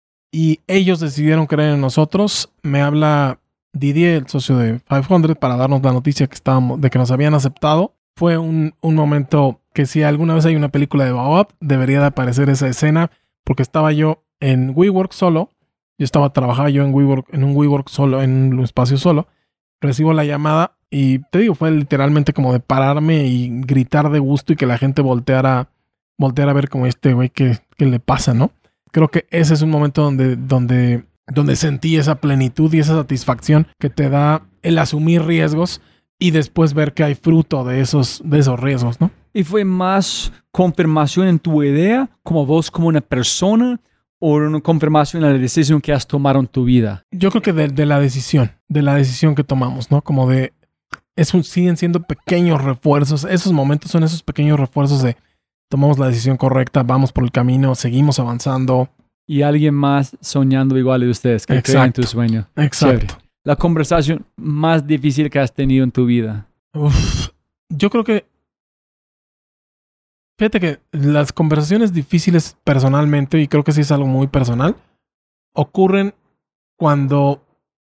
Y ellos decidieron creer en nosotros. Me habla Didier, el socio de quinientas, para darnos la noticia que estábamos, de que nos habían aceptado. Fue un, un momento que si alguna vez hay una película de Baobab, debería de aparecer esa escena porque estaba yo en WeWork solo. Yo estaba trabajando yo en WeWork, en un WeWork solo, en un espacio solo. Recibo la llamada y te digo, fue literalmente como de pararme y gritar de gusto y que la gente volteara, voltear a ver como este güey que, que le pasa, ¿no? Creo que ese es un momento donde, donde, donde sentí esa plenitud y esa satisfacción que te da el asumir riesgos y después ver que hay fruto de esos, de esos riesgos, ¿no? ¿Y fue más confirmación en tu idea, como vos como una persona, o una confirmación en la decisión que has tomado en tu vida? Yo creo que de, de la decisión, de la decisión que tomamos, ¿no? Como de, es un, siguen siendo pequeños refuerzos. Esos momentos son esos pequeños refuerzos de tomamos la decisión correcta, vamos por el camino, seguimos avanzando. Y alguien más soñando igual de ustedes, que creen en tu sueño. Exacto. Chévere. La conversación más difícil que has tenido en tu vida. Uf, yo creo que fíjate que las conversaciones difíciles personalmente, y creo que sí es algo muy personal, ocurren cuando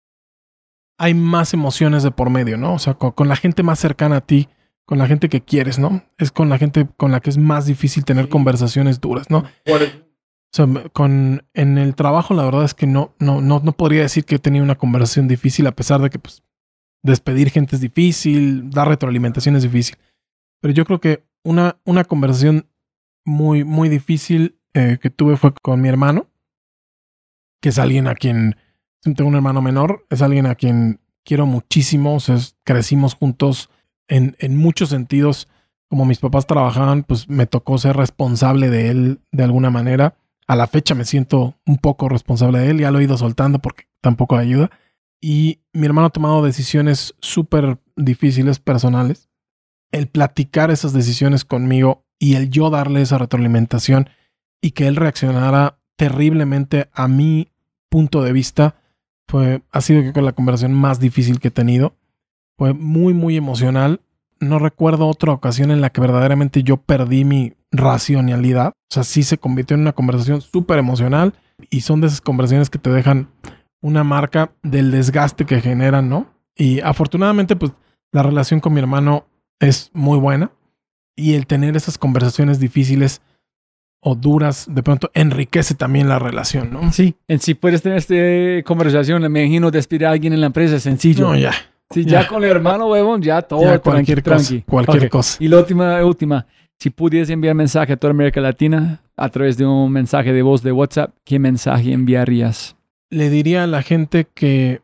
hay más emociones de por medio, ¿no? O sea, con, con la gente más cercana a ti, con la gente que quieres, ¿no? Es con la gente con la que es más difícil tener sí. conversaciones duras, ¿no? O sea, con, en el trabajo la verdad es que no, no, no, no podría decir que he tenido una conversación difícil, a pesar de que pues, despedir gente es difícil, dar retroalimentación es difícil. Pero yo creo que una, una conversación muy, muy difícil eh, que tuve fue con mi hermano, que es alguien a quien, tengo un hermano menor, es alguien a quien quiero muchísimo, o sea, es, crecimos juntos en, en muchos sentidos. Como mis papás trabajaban, pues me tocó ser responsable de él de alguna manera. A la fecha me siento un poco responsable de él, ya lo he ido soltando porque tampoco ayuda. Y mi hermano ha tomado decisiones súper difíciles personales. El platicar esas decisiones conmigo y el yo darle esa retroalimentación y que él reaccionara terriblemente a mi punto de vista fue, ha sido creo que la conversación más difícil que he tenido. Fue muy, muy emocional. No recuerdo otra ocasión en la que verdaderamente yo perdí mi racionalidad. O sea, sí se convirtió en una conversación súper emocional y son de esas conversaciones que te dejan una marca del desgaste que generan, ¿no? Y afortunadamente, pues, la relación con mi hermano es muy buena y el tener esas conversaciones difíciles o duras, de pronto enriquece también la relación, ¿no? Sí, en sí puedes tener esta conversación, me imagino despedir a alguien en la empresa, es sencillo. No, ya. Sí, ya, ya con el hermano, huevón, ya todo ya cualquier tranqui, cosa, tranqui. Cualquier okay. cosa. Y la última, última, si pudieras enviar mensaje a toda América Latina a través de un mensaje de voz de WhatsApp, ¿qué mensaje enviarías? Le diría a la gente que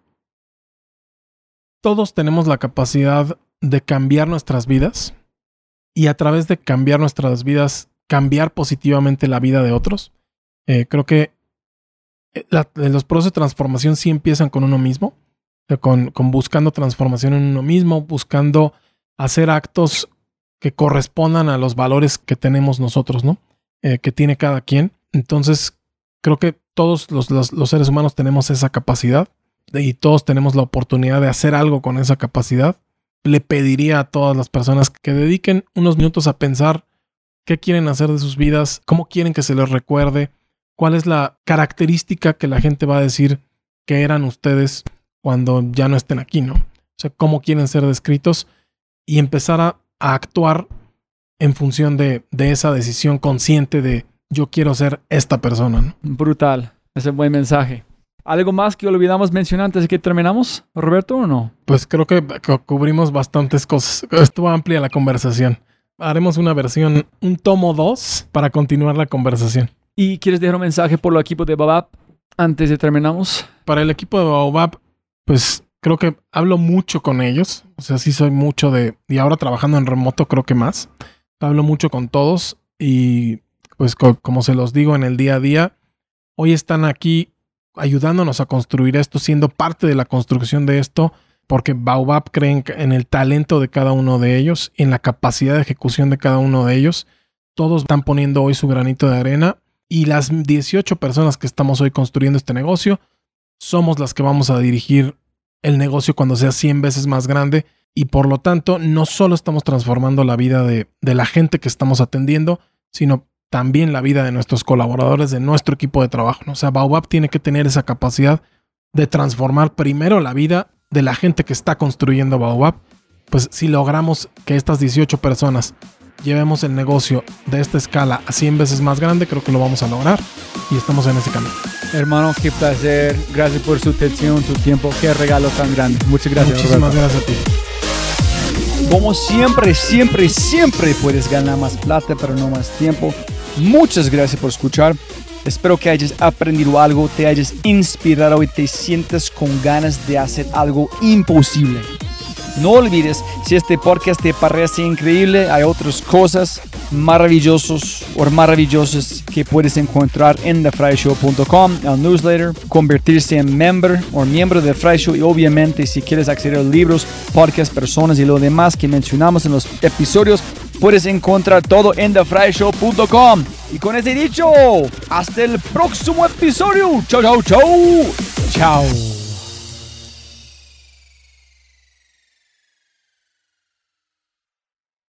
todos tenemos la capacidad de cambiar nuestras vidas y a través de cambiar nuestras vidas, cambiar positivamente la vida de otros. Eh, creo que la, los procesos de transformación sí empiezan con uno mismo. Con, con buscando transformación en uno mismo, buscando hacer actos que correspondan a los valores que tenemos nosotros, ¿no? Eh, que tiene cada quien. Entonces, creo que todos los, los, los seres humanos tenemos esa capacidad y todos tenemos la oportunidad de hacer algo con esa capacidad. Le pediría a todas las personas que dediquen unos minutos a pensar qué quieren hacer de sus vidas, cómo quieren que se les recuerde, cuál es la característica que la gente va a decir que eran ustedes cuando ya no estén aquí, ¿no? O sea, cómo quieren ser descritos y empezar a, a actuar en función de, de esa decisión consciente de yo quiero ser esta persona, ¿no? Brutal. Ese es un buen mensaje. ¿Algo más que olvidamos mencionar antes de que terminamos, Roberto, o no? Pues creo que cubrimos bastantes cosas. Estuvo amplia la conversación. Haremos una versión, un tomo dos para continuar la conversación. ¿Y quieres dejar un mensaje por el equipo de Baobab antes de terminamos? Para el equipo de Baobab, pues creo que hablo mucho con ellos. O sea, sí soy mucho de... Y ahora trabajando en remoto creo que más. Hablo mucho con todos y pues co- como se los digo en el día a día, hoy están aquí ayudándonos a construir esto, siendo parte de la construcción de esto, porque Baobab creen en el talento de cada uno de ellos y en la capacidad de ejecución de cada uno de ellos. Todos están poniendo hoy su granito de arena y las dieciocho personas que estamos hoy construyendo este negocio somos las que vamos a dirigir el negocio cuando sea cien veces más grande y por lo tanto no solo estamos transformando la vida de, de la gente que estamos atendiendo, sino también la vida de nuestros colaboradores, de nuestro equipo de trabajo, ¿no? O sea, Baobab tiene que tener esa capacidad de transformar primero la vida de la gente que está construyendo Baobab. Pues si logramos que estas dieciocho personas llevemos el negocio de esta escala a cien veces más grande, creo que lo vamos a lograr y estamos en ese camino. Hermano, qué placer. Gracias por su atención, su tiempo. Qué regalo tan grande. Muchas gracias, Muchísimas Roberto. gracias a ti. Como siempre, siempre, siempre puedes ganar más plata, pero no más tiempo. Muchas gracias por escuchar. Espero que hayas aprendido algo, te hayas inspirado y te sientas con ganas de hacer algo imposible. No olvides, si este podcast te parece increíble, hay otras cosas maravillosas o maravillosas que puedes encontrar en the fry show punto com, el newsletter, convertirse en member o miembro de Fry Show y obviamente si quieres acceder a libros, podcasts, personas y lo demás que mencionamos en los episodios, puedes encontrar todo en the fry show punto com. Y con ese dicho, hasta el próximo episodio. Chau, chau, chau. Chao.